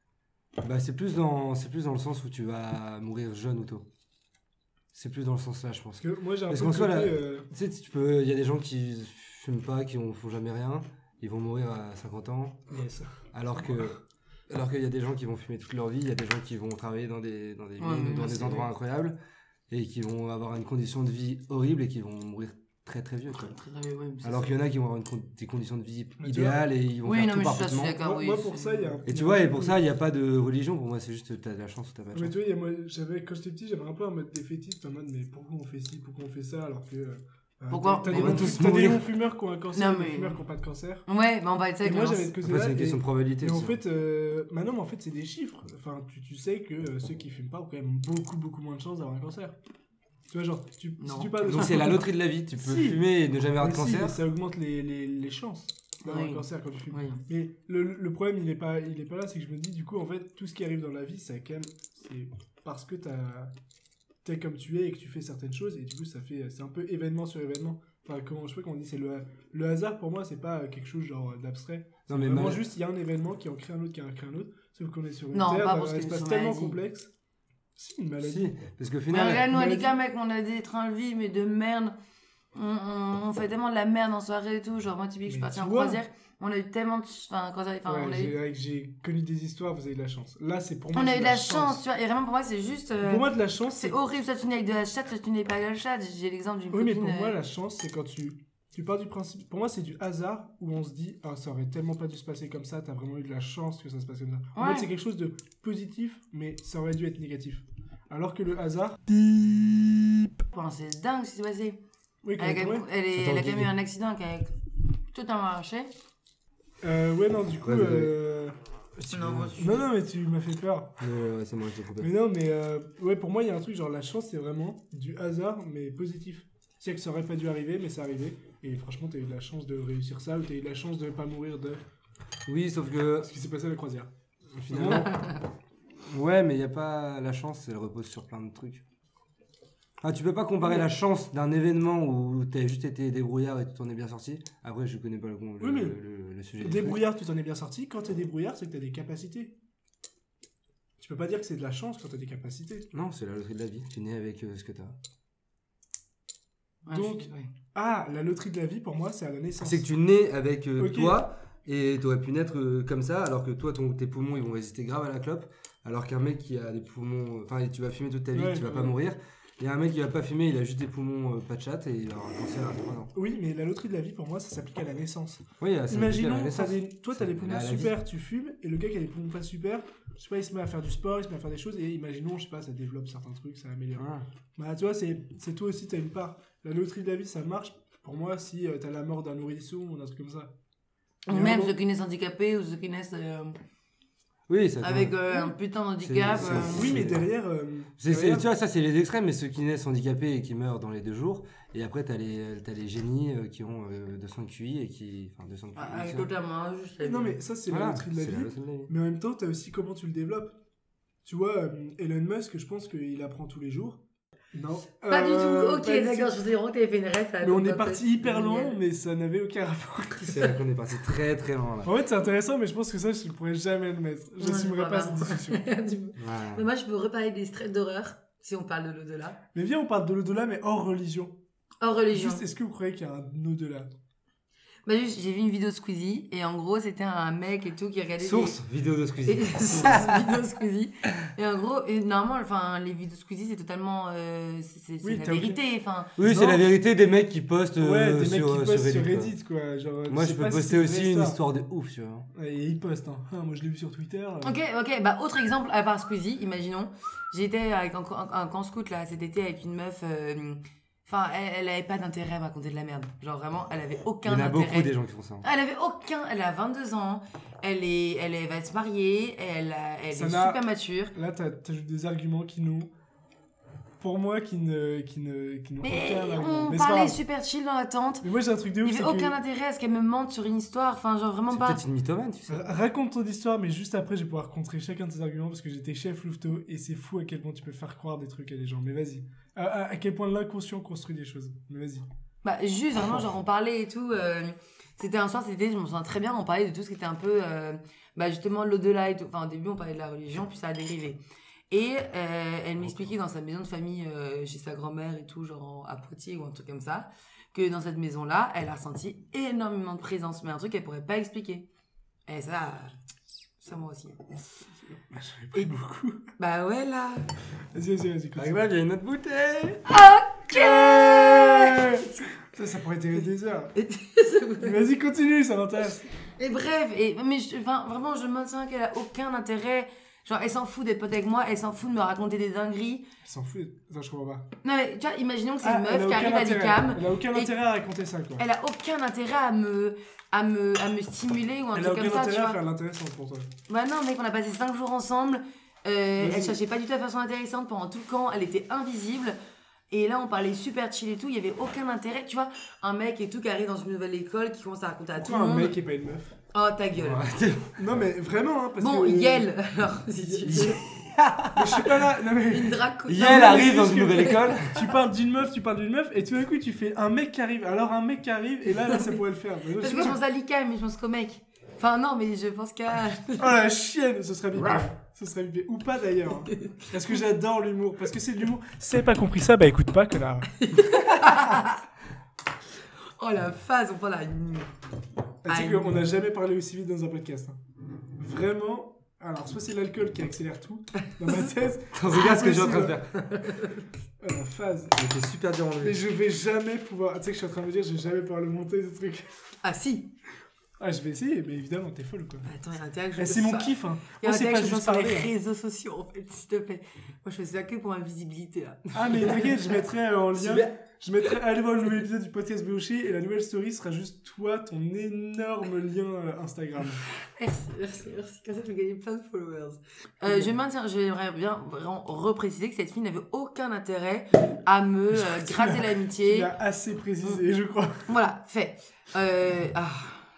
[SPEAKER 4] bah c'est plus dans, c'est plus dans le sens où tu vas mourir jeune ou tôt. C'est plus dans le sens là, je pense.
[SPEAKER 2] Parce que moi, j'ai un
[SPEAKER 4] Parce
[SPEAKER 2] peu
[SPEAKER 4] qu'en
[SPEAKER 2] le
[SPEAKER 4] soi,
[SPEAKER 2] côté,
[SPEAKER 4] la-
[SPEAKER 2] euh,
[SPEAKER 4] Tu sais, tu peux, il y a des gens qui fument pas, qui ne font jamais rien, ils vont mourir à cinquante ans,
[SPEAKER 2] yes.
[SPEAKER 4] alors que, alors qu'il y a des gens qui vont fumer toute leur vie, il y a des gens qui vont travailler dans des, dans des
[SPEAKER 3] Ouais,
[SPEAKER 4] mines,
[SPEAKER 3] mais
[SPEAKER 4] dans
[SPEAKER 3] là,
[SPEAKER 4] des
[SPEAKER 3] c'est
[SPEAKER 4] endroits
[SPEAKER 3] vrai.
[SPEAKER 4] incroyables, et qui vont avoir une condition de vie horrible et qui vont mourir très très vieux. quoi.
[SPEAKER 3] Très, très, ouais, mais c'est
[SPEAKER 4] Alors
[SPEAKER 3] ça.
[SPEAKER 4] qu'il y en a qui vont avoir une con- des conditions de vie
[SPEAKER 2] Mais tu
[SPEAKER 4] idéales et ils vont
[SPEAKER 3] Oui,
[SPEAKER 4] faire
[SPEAKER 3] non,
[SPEAKER 4] tout
[SPEAKER 3] mais je suis
[SPEAKER 4] parfaitement.
[SPEAKER 3] d'accord.
[SPEAKER 2] Moi,
[SPEAKER 3] oui,
[SPEAKER 2] moi,
[SPEAKER 3] c'est-
[SPEAKER 2] pour ça, il y a un.
[SPEAKER 4] Et
[SPEAKER 2] il y
[SPEAKER 4] tu
[SPEAKER 2] a
[SPEAKER 4] vois,
[SPEAKER 2] un
[SPEAKER 4] et
[SPEAKER 2] truc
[SPEAKER 4] pour
[SPEAKER 2] où-
[SPEAKER 4] ça, il n'y a pas de religion. Pour moi, c'est juste t'as de la chance ou t'as pas de
[SPEAKER 2] Mais
[SPEAKER 4] chance.
[SPEAKER 2] tu vois, il y a moi, j'avais, quand j'étais petit, j'avais un peu un mode défaitiste en mode, mais pourquoi on fait ci, pourquoi on fait ça, alors que. euh,
[SPEAKER 3] Pourquoi
[SPEAKER 2] T'as
[SPEAKER 3] On
[SPEAKER 2] des,
[SPEAKER 3] va
[SPEAKER 2] non-
[SPEAKER 4] tous
[SPEAKER 2] t'as des
[SPEAKER 4] mourir.
[SPEAKER 2] non-fumeurs qui ont un cancer,
[SPEAKER 3] Non,
[SPEAKER 2] et des
[SPEAKER 3] mais-
[SPEAKER 2] fumeurs qui n'ont pas de cancer.
[SPEAKER 3] Ouais, mais on va être ça
[SPEAKER 2] Et
[SPEAKER 3] avec
[SPEAKER 2] moi,
[SPEAKER 3] le
[SPEAKER 2] j'avais
[SPEAKER 3] lance.
[SPEAKER 2] de causer
[SPEAKER 4] Après,
[SPEAKER 2] là.
[SPEAKER 4] c'est une
[SPEAKER 2] et-
[SPEAKER 4] question de probabilité.
[SPEAKER 2] Et en
[SPEAKER 4] aussi.
[SPEAKER 2] fait, euh, bah non, mais en fait, c'est des chiffres. Enfin, tu, tu sais que euh, ceux qui fument pas ont quand même beaucoup, beaucoup moins de chances d'avoir un cancer. Tu vois, genre, tu, si
[SPEAKER 3] Non.
[SPEAKER 2] tu parles de
[SPEAKER 4] Donc, c'est la loterie de la vie. Tu peux
[SPEAKER 2] Si.
[SPEAKER 4] fumer et ne jamais avoir
[SPEAKER 2] Mais
[SPEAKER 4] de
[SPEAKER 2] si,
[SPEAKER 4] cancer.
[SPEAKER 2] mais ça augmente les, les, les chances d'avoir
[SPEAKER 3] Oui.
[SPEAKER 2] un cancer quand tu fumes.
[SPEAKER 3] Oui.
[SPEAKER 2] Mais le, le problème, il est pas, il est pas là, c'est que je me dis, du coup, en fait, tout ce qui arrive dans la vie, ça quand même, c'est parce que t'as, t'es comme tu es et que tu fais certaines choses, et du coup, ça fait, c'est un peu événement sur événement. Enfin, comment, je sais pas comment on dit, c'est le, le hasard pour moi, c'est pas quelque chose genre d'abstrait. C'est
[SPEAKER 4] Non, mais
[SPEAKER 2] vraiment
[SPEAKER 4] mal-
[SPEAKER 2] juste, il y a un événement qui en crée un autre, qui en crée un autre, sauf qu'on est sur une
[SPEAKER 3] Non,
[SPEAKER 2] terre,
[SPEAKER 3] pas
[SPEAKER 2] dans
[SPEAKER 3] parce
[SPEAKER 2] un
[SPEAKER 3] que c'est
[SPEAKER 2] espace
[SPEAKER 3] une
[SPEAKER 2] tellement
[SPEAKER 3] maladie.
[SPEAKER 2] complexe. Si, une maladie.
[SPEAKER 4] Si, parce qu'au
[SPEAKER 3] Mais
[SPEAKER 4] final,
[SPEAKER 3] regarde, nous,
[SPEAKER 2] maladie-
[SPEAKER 3] Annika, mec, on a des trains de vie, mais de merde. On, on, on fait tellement de la merde en soirée et tout. Genre, moi, typique, je suis
[SPEAKER 2] Mais
[SPEAKER 3] partie
[SPEAKER 2] tu
[SPEAKER 3] en
[SPEAKER 2] vois.
[SPEAKER 3] croisière. On a eu tellement de. Enfin, croisière, enfin,
[SPEAKER 2] Ouais,
[SPEAKER 3] on a
[SPEAKER 2] j'ai,
[SPEAKER 3] eu.
[SPEAKER 2] avec- j'ai connu des histoires, vous avez de la chance. Là, c'est pour moi.
[SPEAKER 3] On a
[SPEAKER 2] c'est
[SPEAKER 3] eu de la chance, tu vois. Et vraiment, pour moi, c'est juste. euh,
[SPEAKER 2] Pour moi, de la chance,
[SPEAKER 3] c'est horrible, soit tu nais avec de la chatte, soit tu n'es pas avec de la chatte. J'ai l'exemple d'une
[SPEAKER 2] Oui, mais
[SPEAKER 3] copine.
[SPEAKER 2] pour moi,
[SPEAKER 3] euh,
[SPEAKER 2] la chance, c'est quand tu, tu pars du principe. Pour moi, c'est du hasard où on se dit, ah, ça aurait tellement pas dû se passer comme ça, t'as vraiment eu de la chance que ça se passe comme ça. En
[SPEAKER 3] Ouais.
[SPEAKER 2] fait, c'est quelque chose de positif, mais ça aurait dû être négatif. Alors que le hasard.
[SPEAKER 3] enfin, c'est dingue ce qui s'est passé.
[SPEAKER 2] Oui,
[SPEAKER 3] Elle a, quand
[SPEAKER 2] ouais.
[SPEAKER 3] même, elle, est-
[SPEAKER 4] Attends,
[SPEAKER 3] elle a quand même eu
[SPEAKER 4] dis-
[SPEAKER 3] un accident qui a totalement arraché.
[SPEAKER 2] Euh, ouais, non, du coup.
[SPEAKER 4] Ouais, mais-
[SPEAKER 2] euh,
[SPEAKER 3] Non, moi, je-
[SPEAKER 2] Non, non, mais tu m'as fait peur.
[SPEAKER 4] Euh, c'est moi qui ai coupé.
[SPEAKER 2] Mais non, mais euh, ouais, pour moi, il y a un truc genre la chance, c'est vraiment du hasard, mais positif. C'est que ça aurait pas dû arriver, mais c'est arrivé. Et franchement, t'as eu de la chance de réussir ça, ou t'as eu de la chance de ne pas mourir de
[SPEAKER 4] Oui, sauf que
[SPEAKER 2] ce qui s'est passé à la croisière.
[SPEAKER 4] finalement, ouais, mais il y a pas la chance, elle repose sur plein de trucs. Ah, tu peux pas comparer la chance d'un événement où t'as juste été débrouillard et tu t'en es bien sorti. Après, je connais pas le, le,
[SPEAKER 2] Oui, mais
[SPEAKER 4] le, le- le sujet. du
[SPEAKER 2] Débrouillard, tu t'en es bien sorti. Quand t'es débrouillard, c'est que t'as des capacités. Tu peux pas dire que c'est de la chance quand t'as des capacités.
[SPEAKER 4] truc. Non, c'est la loterie de la vie. Tu nais avec euh, ce que t'as.
[SPEAKER 3] Ouais,
[SPEAKER 2] Donc,
[SPEAKER 3] je suis- ouais.
[SPEAKER 2] Ah, la loterie de la vie, pour moi, c'est à la naissance.
[SPEAKER 4] C'est que tu nais avec euh,
[SPEAKER 2] Ok.
[SPEAKER 4] toi et t'aurais pu naître euh, comme ça, alors que toi, ton, tes poumons, ils vont résister grave à la clope. Alors qu'un mec qui a des poumons, enfin, tu vas fumer toute ta vie,
[SPEAKER 2] Ouais,
[SPEAKER 4] tu vas
[SPEAKER 2] ouais.
[SPEAKER 4] pas mourir. Il y a un mec qui va pas fumer, il a juste des poumons euh, pas de chatte et il va avoir un cancer à trois ans.
[SPEAKER 2] Oui, mais la loterie de la vie, pour moi, ça s'applique à la naissance.
[SPEAKER 4] Oui, ça
[SPEAKER 2] Imaginons,
[SPEAKER 4] s'applique à la
[SPEAKER 2] t'as
[SPEAKER 4] naissance.
[SPEAKER 2] des- toi, t'as
[SPEAKER 4] Ça-
[SPEAKER 2] des poumons
[SPEAKER 4] la- la vie.
[SPEAKER 2] super, tu fumes, et le gars qui a des poumons pas super, je sais pas, il se met à faire du sport, il se met à faire des choses, et imaginons, je sais pas, ça développe certains trucs, ça améliore.
[SPEAKER 4] Ah.
[SPEAKER 2] Bah, tu vois, c'est c'est toi aussi, t'as une part. La loterie de la vie, ça marche, pour moi, si euh, t'as la mort d'un nourrisson ou d'un truc comme ça.
[SPEAKER 3] Ou
[SPEAKER 2] Mais
[SPEAKER 3] même
[SPEAKER 2] vraiment-
[SPEAKER 3] ceux qui naissent handicapés ou ceux qui naissent euh,
[SPEAKER 4] Oui, ça
[SPEAKER 3] avec euh, un putain de
[SPEAKER 4] C'est-
[SPEAKER 3] handicap.
[SPEAKER 4] c'est-
[SPEAKER 3] euh,
[SPEAKER 2] Oui, mais derrière. euh,
[SPEAKER 4] C'est, c'est-
[SPEAKER 2] derrière-
[SPEAKER 4] tu vois, ça c'est les extrêmes, mais ceux qui naissent handicapés et qui meurent dans les deux jours. Et après, t'as les, t'as les génies euh, qui ont euh, deux cents de Q I et qui. Enfin, deux cents de Q I.
[SPEAKER 3] ah,
[SPEAKER 4] ça.
[SPEAKER 3] totalement injuste.
[SPEAKER 2] Non, mais ça, c'est
[SPEAKER 4] Voilà,
[SPEAKER 2] la loterie de la
[SPEAKER 4] c'est
[SPEAKER 2] vie.
[SPEAKER 4] la loterie de la vie.
[SPEAKER 2] Mais en même temps, t'as aussi comment tu le développes. Tu vois, euh, Elon Musk, je pense qu'il apprend tous les jours. Non.
[SPEAKER 3] Pas du
[SPEAKER 2] Euh,
[SPEAKER 3] tout. Ok,
[SPEAKER 2] pas du
[SPEAKER 3] d'accord,
[SPEAKER 2] tout.
[SPEAKER 3] je vous ai vraiment que t'avais fait une ref.
[SPEAKER 2] Mais on est parti hyper loin, mais ça n'avait aucun rapport.
[SPEAKER 4] C'est là qu'on est parti très très loin là.
[SPEAKER 2] En fait, c'est intéressant, mais je pense que ça, je ne pourrais jamais le mettre. J'assumerai
[SPEAKER 3] Ouais,
[SPEAKER 2] pas
[SPEAKER 3] voilà.
[SPEAKER 2] cette discussion.
[SPEAKER 4] Voilà.
[SPEAKER 3] Mais moi, je peux reparler des stress d'horreur, si on parle de l'au-delà.
[SPEAKER 2] Mais viens, on parle de l'au-delà, mais hors religion.
[SPEAKER 3] Hors religion.
[SPEAKER 2] Juste, est-ce que vous croyez qu'il y a un au-delà?
[SPEAKER 3] Bah juste, j'ai vu une vidéo de Squeezie et en gros c'était un mec et tout qui regardait
[SPEAKER 4] Source, vidéo de
[SPEAKER 3] des...
[SPEAKER 4] Squeezie.
[SPEAKER 3] et- source vidéo de Squeezie et en gros et normalement enfin les vidéos de Squeezie c'est totalement euh, c'est c'est- c'est
[SPEAKER 2] Oui,
[SPEAKER 3] la
[SPEAKER 2] t'as
[SPEAKER 3] vérité enfin
[SPEAKER 4] Oui, c'est
[SPEAKER 2] Non.
[SPEAKER 4] la vérité des mecs qui postent euh,
[SPEAKER 2] Ouais, des mecs
[SPEAKER 4] sur,
[SPEAKER 2] qui
[SPEAKER 4] euh,
[SPEAKER 2] postent sur
[SPEAKER 4] Reddit, quoi.
[SPEAKER 2] Reddit, quoi. Genre,
[SPEAKER 4] Moi,
[SPEAKER 2] sais
[SPEAKER 4] je peux
[SPEAKER 2] pas si
[SPEAKER 4] poster
[SPEAKER 2] c'est
[SPEAKER 4] aussi
[SPEAKER 2] vraie
[SPEAKER 4] une histoire de ouf, tu vois.
[SPEAKER 2] Ouais, et ils postent, hein. Ah, moi, je l'ai vu sur Twitter. euh.
[SPEAKER 3] ok ok bah autre exemple à part Squeezie imaginons j'étais avec un, un, un camp scout là cet été avec une meuf euh, enfin elle, elle avait pas d'intérêt à me raconter de la merde genre vraiment elle avait
[SPEAKER 4] Il y
[SPEAKER 3] aucun
[SPEAKER 4] en a
[SPEAKER 3] intérêt
[SPEAKER 4] beaucoup des gens qui font ça.
[SPEAKER 3] elle avait aucun elle a vingt-deux ans elle est elle, est, elle va se marier elle, a- elle
[SPEAKER 2] Ça
[SPEAKER 3] est
[SPEAKER 2] n'a-
[SPEAKER 3] super mature
[SPEAKER 2] Là, t'as- t'ajoutes des arguments qui n'ont. Pour moi, qui ne. Qui ne qui n'ont
[SPEAKER 3] mais
[SPEAKER 2] aucun argument.
[SPEAKER 3] on
[SPEAKER 2] Mais c'est pas
[SPEAKER 3] parlait
[SPEAKER 2] grave.
[SPEAKER 3] super chill dans la tente
[SPEAKER 2] Mais moi, j'ai un truc de
[SPEAKER 3] il
[SPEAKER 2] ouf.
[SPEAKER 3] n'y
[SPEAKER 2] c'est
[SPEAKER 3] avait aucun
[SPEAKER 2] que-
[SPEAKER 3] intérêt à ce qu'elle me mente sur une histoire enfin genre vraiment
[SPEAKER 4] C'est
[SPEAKER 3] pas
[SPEAKER 4] peut-être une mythomane, tu sais.
[SPEAKER 2] R- Raconte ton histoire, mais juste après, je vais pouvoir contrer chacun de tes arguments parce que j'étais chef Louveteau et c'est fou à quel point tu peux faire croire des trucs à des gens. Mais vas-y. À, à- à quel point l'inconscient construit des choses. Mais vas-y.
[SPEAKER 3] bah juste vraiment genre on parlait et tout euh, c'était un soir cet été je me souviens très bien on parlait de tout ce qui était un peu euh, bah justement l'au-delà et tout enfin au début on parlait de la religion puis ça a dérivé et euh, elle m'expliquait dans sa maison de famille euh, chez sa grand-mère et tout genre en- à Poitiers ou un truc comme ça que dans cette maison là elle a ressenti énormément de présence mais un truc qu'elle pourrait pas expliquer et ça ça moi aussi
[SPEAKER 2] Bah, j'en ai pris
[SPEAKER 3] Et-
[SPEAKER 2] beaucoup.
[SPEAKER 3] bah ouais là
[SPEAKER 2] Vas-y, vas-y, vas-y. continue.
[SPEAKER 4] Regarde, il y a une autre bouteille.
[SPEAKER 2] Ouais. Ça, ça pourrait durer des heures.
[SPEAKER 3] et,
[SPEAKER 2] Vas-y, continue, ça m'intéresse.
[SPEAKER 3] et bref et mais je- enfin vraiment je maintiens qu'elle a aucun intérêt. Genre, elle s'en fout d'être pote avec moi, elle s'en fout de me raconter des dingueries.
[SPEAKER 2] Elle s'en fout. Attends, je comprends pas.
[SPEAKER 3] Non, mais tu vois, imaginons que c'est
[SPEAKER 2] Ah,
[SPEAKER 3] une
[SPEAKER 2] elle a
[SPEAKER 3] meuf qui
[SPEAKER 2] aucun
[SPEAKER 3] arrive à
[SPEAKER 2] intérêt.
[SPEAKER 3] l'ICAM.
[SPEAKER 2] Elle a aucun
[SPEAKER 3] et-
[SPEAKER 2] intérêt à raconter ça, quoi.
[SPEAKER 3] Elle a aucun intérêt à me, à me, à me stimuler ou un
[SPEAKER 2] Elle a
[SPEAKER 3] truc
[SPEAKER 2] aucun
[SPEAKER 3] comme ça, tu
[SPEAKER 2] intérêt à
[SPEAKER 3] vois.
[SPEAKER 2] faire l'intéressante pour toi.
[SPEAKER 3] Bah non, mec, on a passé cinq jours ensemble. Euh,
[SPEAKER 2] Vas-y.
[SPEAKER 3] elle cherchait pas du tout à faire son intéressante pendant tout le camp. Elle était invisible. Et là, on parlait super chill et tout. Il y avait aucun intérêt. Tu vois, un mec et tout qui arrive dans une nouvelle école, qui commence à raconter à tout
[SPEAKER 2] Pourquoi
[SPEAKER 3] le
[SPEAKER 2] un
[SPEAKER 3] monde.
[SPEAKER 2] mec et pas une meuf?
[SPEAKER 3] Oh, ta gueule.
[SPEAKER 2] Non, mais vraiment, hein, parce
[SPEAKER 3] Bon,
[SPEAKER 2] que.
[SPEAKER 3] Yel, alors, si tu veux.
[SPEAKER 2] Mais je suis pas là. Non, mais.
[SPEAKER 3] Une drag queen.
[SPEAKER 4] Yel
[SPEAKER 2] mais
[SPEAKER 4] arrive
[SPEAKER 2] c'est
[SPEAKER 4] dans
[SPEAKER 2] juste
[SPEAKER 4] une
[SPEAKER 2] que-
[SPEAKER 4] nouvelle école.
[SPEAKER 2] Tu parles d'une meuf, tu parles d'une meuf, et tout d'un coup, tu fais un mec qui arrive. Alors, un mec qui arrive, et là, là, ça pourrait le faire. Mais je
[SPEAKER 3] Parce
[SPEAKER 2] sais
[SPEAKER 3] que je
[SPEAKER 2] pas.
[SPEAKER 3] pense à l'ICAM, mais je pense qu'au mec. Enfin, non, mais je pense qu'à.
[SPEAKER 2] Oh la chienne, ce serait bipé. Ce serait bipé. Ou pas d'ailleurs. hein. Parce que j'adore l'humour. Parce que c'est de l'humour. Si t'avais pas compris ça, bah écoute pas, connard.
[SPEAKER 3] Oh la phase, on parle à.
[SPEAKER 2] Ah, tu sais
[SPEAKER 3] Aïe.
[SPEAKER 2] qu'on n'a jamais parlé aussi vite dans un podcast. hein. Vraiment. Alors, soit c'est l'alcool qui accélère tout dans ma thèse.
[SPEAKER 4] Attends, regarde ce que j'ai en train de
[SPEAKER 2] Impossible.
[SPEAKER 4] faire.
[SPEAKER 2] Ah, la phase.
[SPEAKER 4] Il était super dur en
[SPEAKER 2] Mais
[SPEAKER 4] lui.
[SPEAKER 2] je vais jamais pouvoir. Tu sais que je suis en train de me dire, je vais jamais pouvoir le monter ce truc.
[SPEAKER 3] Ah si.
[SPEAKER 2] Ah, je vais essayer, mais évidemment, t'es folle quoi.
[SPEAKER 3] Attends, il y a intérêt que je
[SPEAKER 2] Eh,
[SPEAKER 3] le
[SPEAKER 2] c'est mon
[SPEAKER 3] fasse.
[SPEAKER 2] kiff. Hein.
[SPEAKER 3] Il y a
[SPEAKER 2] Moi, c'est
[SPEAKER 3] intérêt
[SPEAKER 2] pas
[SPEAKER 3] que je le
[SPEAKER 2] juste
[SPEAKER 3] fasse sur
[SPEAKER 2] parler.
[SPEAKER 3] les
[SPEAKER 2] hein.
[SPEAKER 3] réseaux sociaux, en fait, s'il te plaît. Moi, je fais ça que pour ma visibilité, là.
[SPEAKER 2] Ah, mais t'inquiète, je mettrai euh, en lien.
[SPEAKER 4] Super.
[SPEAKER 2] Je mettrai, allez voir le nouvel épisode du podcast Bioché et la nouvelle story sera juste toi, ton énorme lien euh, Instagram.
[SPEAKER 3] Merci, merci, merci. Comme ça, je vais gagner plein de followers. Euh, je maintiens, j'aimerais bien vraiment repréciser que cette fille n'avait aucun intérêt à me euh, gratter
[SPEAKER 2] Tu
[SPEAKER 3] l'amitié.
[SPEAKER 2] l'as assez précisé, je crois.
[SPEAKER 3] Voilà, fait. Euh, ah,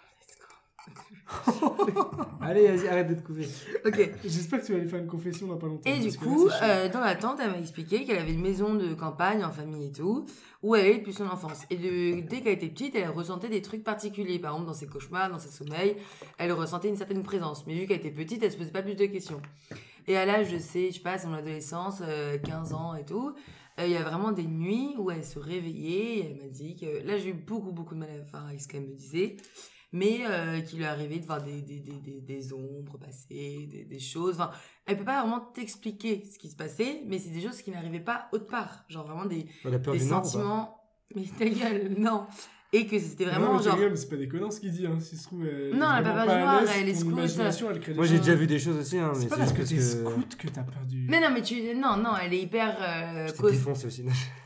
[SPEAKER 3] let's go.
[SPEAKER 4] Allez, vas-y, arrête de te couper.
[SPEAKER 3] Ok.
[SPEAKER 2] J'espère que tu vas aller faire une confession dans pas longtemps.
[SPEAKER 3] Et du
[SPEAKER 2] parce que là,
[SPEAKER 3] coup,
[SPEAKER 2] c'est chiant.
[SPEAKER 3] euh, dans la tente, elle m'a expliqué qu'elle avait une maison de campagne en famille et tout, où elle allait depuis son enfance. Et de, dès qu'elle était petite, elle ressentait des trucs particuliers. Par exemple, dans ses cauchemars, dans ses sommeils, elle ressentait une certaine présence. Mais vu qu'elle était petite, elle se posait pas plus de questions. Et à l'âge, je sais, je sais pas, son adolescence, euh, quinze ans et tout, euh, il y a vraiment des nuits où elle se réveillait et elle m'a dit que... Là, j'ai eu beaucoup, beaucoup de mal à faire avec ce qu'elle me disait. Mais euh, qu'il lui arrivait de voir des, des, des, des, des ombres passer, des, des choses. Enfin, elle peut pas vraiment t'expliquer ce qui se passait, mais c'est des choses qui n'arrivaient pas autre part. Genre vraiment des,
[SPEAKER 4] On a peur
[SPEAKER 3] des
[SPEAKER 4] du Nord ou pas
[SPEAKER 3] sentiments. Mais ta gueule, non. Et que c'était
[SPEAKER 2] Non,
[SPEAKER 3] vraiment
[SPEAKER 2] mais
[SPEAKER 3] genre.
[SPEAKER 2] t'es gueule, c'est pas déconnant ce qu'il dit, hein. Si se trouve. Elle
[SPEAKER 3] Non,
[SPEAKER 2] est
[SPEAKER 3] elle a pas
[SPEAKER 2] vraiment
[SPEAKER 3] peur du
[SPEAKER 2] à
[SPEAKER 3] noir,
[SPEAKER 2] l'aise,
[SPEAKER 3] elle est
[SPEAKER 2] ton
[SPEAKER 3] scout.
[SPEAKER 2] imagination, elle crée des
[SPEAKER 4] Moi, j'ai
[SPEAKER 2] choses.
[SPEAKER 4] déjà vu des choses aussi, hein, mais
[SPEAKER 2] C'est pas
[SPEAKER 4] c'est
[SPEAKER 2] parce
[SPEAKER 4] juste
[SPEAKER 2] que
[SPEAKER 4] parce
[SPEAKER 2] t'es
[SPEAKER 4] que.
[SPEAKER 2] scout que t'as peur du.
[SPEAKER 3] Mais non, mais tu. Non, non, elle est hyper. Euh,
[SPEAKER 4] Je t'ai
[SPEAKER 3] cause-
[SPEAKER 4] défoncé aussi.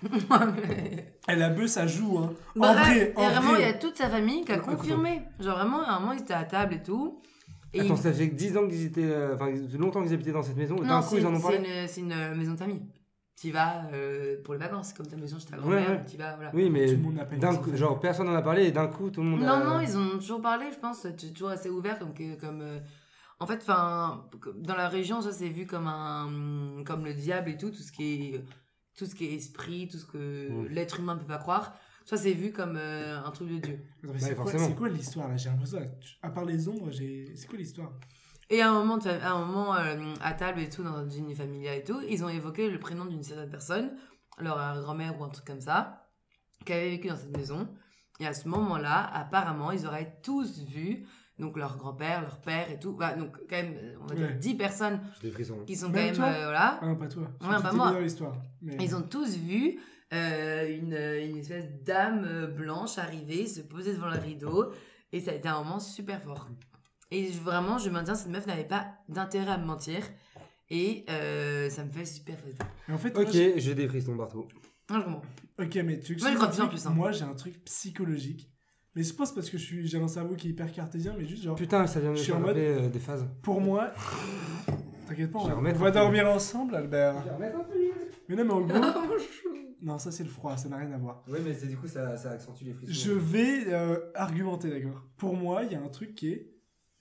[SPEAKER 2] Elle a bœuf, ça joue, hein. En
[SPEAKER 3] Bref,
[SPEAKER 2] vrai,
[SPEAKER 3] et
[SPEAKER 2] en
[SPEAKER 3] vraiment, il y a
[SPEAKER 2] vrai.
[SPEAKER 3] toute sa famille qui a
[SPEAKER 2] Écoute,
[SPEAKER 3] confirmé. Genre vraiment, à un moment, ils étaient à table et tout. Et
[SPEAKER 4] Attends,
[SPEAKER 3] ils-
[SPEAKER 4] ça fait dix ans qu'ils étaient. euh, Enfin, longtemps qu'ils habitaient dans cette maison. Et d'un
[SPEAKER 3] Non,
[SPEAKER 4] coup,
[SPEAKER 3] c'est
[SPEAKER 4] ils en ont
[SPEAKER 3] c'est
[SPEAKER 4] parlé.
[SPEAKER 3] une, c'est une euh, maison de famille. Tu y vas euh, pour les vacances, comme ta maison chez ta
[SPEAKER 4] Ouais,
[SPEAKER 3] grand-mère,
[SPEAKER 4] ouais.
[SPEAKER 3] tu vas, voilà.
[SPEAKER 4] Oui, mais
[SPEAKER 2] Tout le monde appelle
[SPEAKER 4] d'un
[SPEAKER 2] les
[SPEAKER 4] coup,
[SPEAKER 2] enfants.
[SPEAKER 4] genre personne n'en a parlé et d'un coup tout le monde.
[SPEAKER 3] Non,
[SPEAKER 4] a...
[SPEAKER 3] non, ils ont toujours parlé, je pense. C'est toujours assez ouvert, comme. que- comme euh, En fait, enfin, dans la région, ça c'est vu comme un, comme le diable et tout, tout ce qui est, tout ce qui est esprit, tout ce que
[SPEAKER 4] Mm.
[SPEAKER 3] l'être humain ne peut pas croire. Ça c'est vu comme euh, un truc de Dieu.
[SPEAKER 2] Attends, mais C'est
[SPEAKER 4] Ouais,
[SPEAKER 2] quoi,
[SPEAKER 4] forcément.
[SPEAKER 2] c'est quoi l'histoire là? J'ai l'impression, là, tu- à part les ombres, j'ai. C'est quoi l'histoire?
[SPEAKER 3] Et à un moment, de- à un moment euh, à table et tout, dans une dîner familial et tout, ils ont évoqué le prénom d'une certaine personne, leur euh, grand-mère ou un truc comme ça, qui avait vécu dans cette maison. Et à ce moment-là, apparemment, ils auraient tous vu, donc leur grand-père, leur père et tout, bah, donc quand même, on va dire
[SPEAKER 2] Ouais.
[SPEAKER 3] dix personnes
[SPEAKER 4] J'ai des frissons.
[SPEAKER 3] qui sont
[SPEAKER 2] Même
[SPEAKER 3] quand même,
[SPEAKER 2] toi
[SPEAKER 3] euh, voilà.
[SPEAKER 2] Ah non, pas toi.
[SPEAKER 3] Ouais,
[SPEAKER 2] Parce que
[SPEAKER 3] pas
[SPEAKER 2] tu
[SPEAKER 3] moi.
[SPEAKER 2] t'es dans l'histoire. Mais...
[SPEAKER 3] Ils ont tous vu euh, une, une espèce d'âme euh, blanche arriver, se poser devant le rideau, et ça a été un moment super fort. Et je- vraiment, je maintiens, cette meuf n'avait pas d'intérêt à me mentir, et euh, ça me fait super plaisir.
[SPEAKER 2] Mais en fait,
[SPEAKER 4] Ok,
[SPEAKER 2] moi, j'ai-
[SPEAKER 4] j'ai des frissons partout.
[SPEAKER 3] Non, je comprends.
[SPEAKER 2] ok, mais tu veux que
[SPEAKER 3] Moi,
[SPEAKER 2] je
[SPEAKER 3] je
[SPEAKER 2] dise
[SPEAKER 3] crois
[SPEAKER 2] un
[SPEAKER 3] de plus en
[SPEAKER 2] truc
[SPEAKER 3] plus, hein.
[SPEAKER 2] Moi, j'ai un truc psychologique. Mais je pense parce que je suis, j'ai un cerveau qui est hyper cartésien, mais juste genre,
[SPEAKER 4] Putain, ça vient de
[SPEAKER 2] Je
[SPEAKER 4] me
[SPEAKER 2] suis en
[SPEAKER 4] faire
[SPEAKER 2] mode-
[SPEAKER 4] rappeler euh, des phases.
[SPEAKER 2] pour moi, t'inquiète pas, on
[SPEAKER 4] Je vais
[SPEAKER 2] va,
[SPEAKER 4] remettre
[SPEAKER 2] on va
[SPEAKER 4] un peu.
[SPEAKER 2] dormir ensemble, Albert. Mais non, mais en gros, non, ça c'est le froid, ça n'a rien à voir.
[SPEAKER 4] Ouais, mais c'est du coup, ça, ça accentue les frissons.
[SPEAKER 2] Je vais euh, argumenter, d'accord. Pour moi, il y a un truc qui est,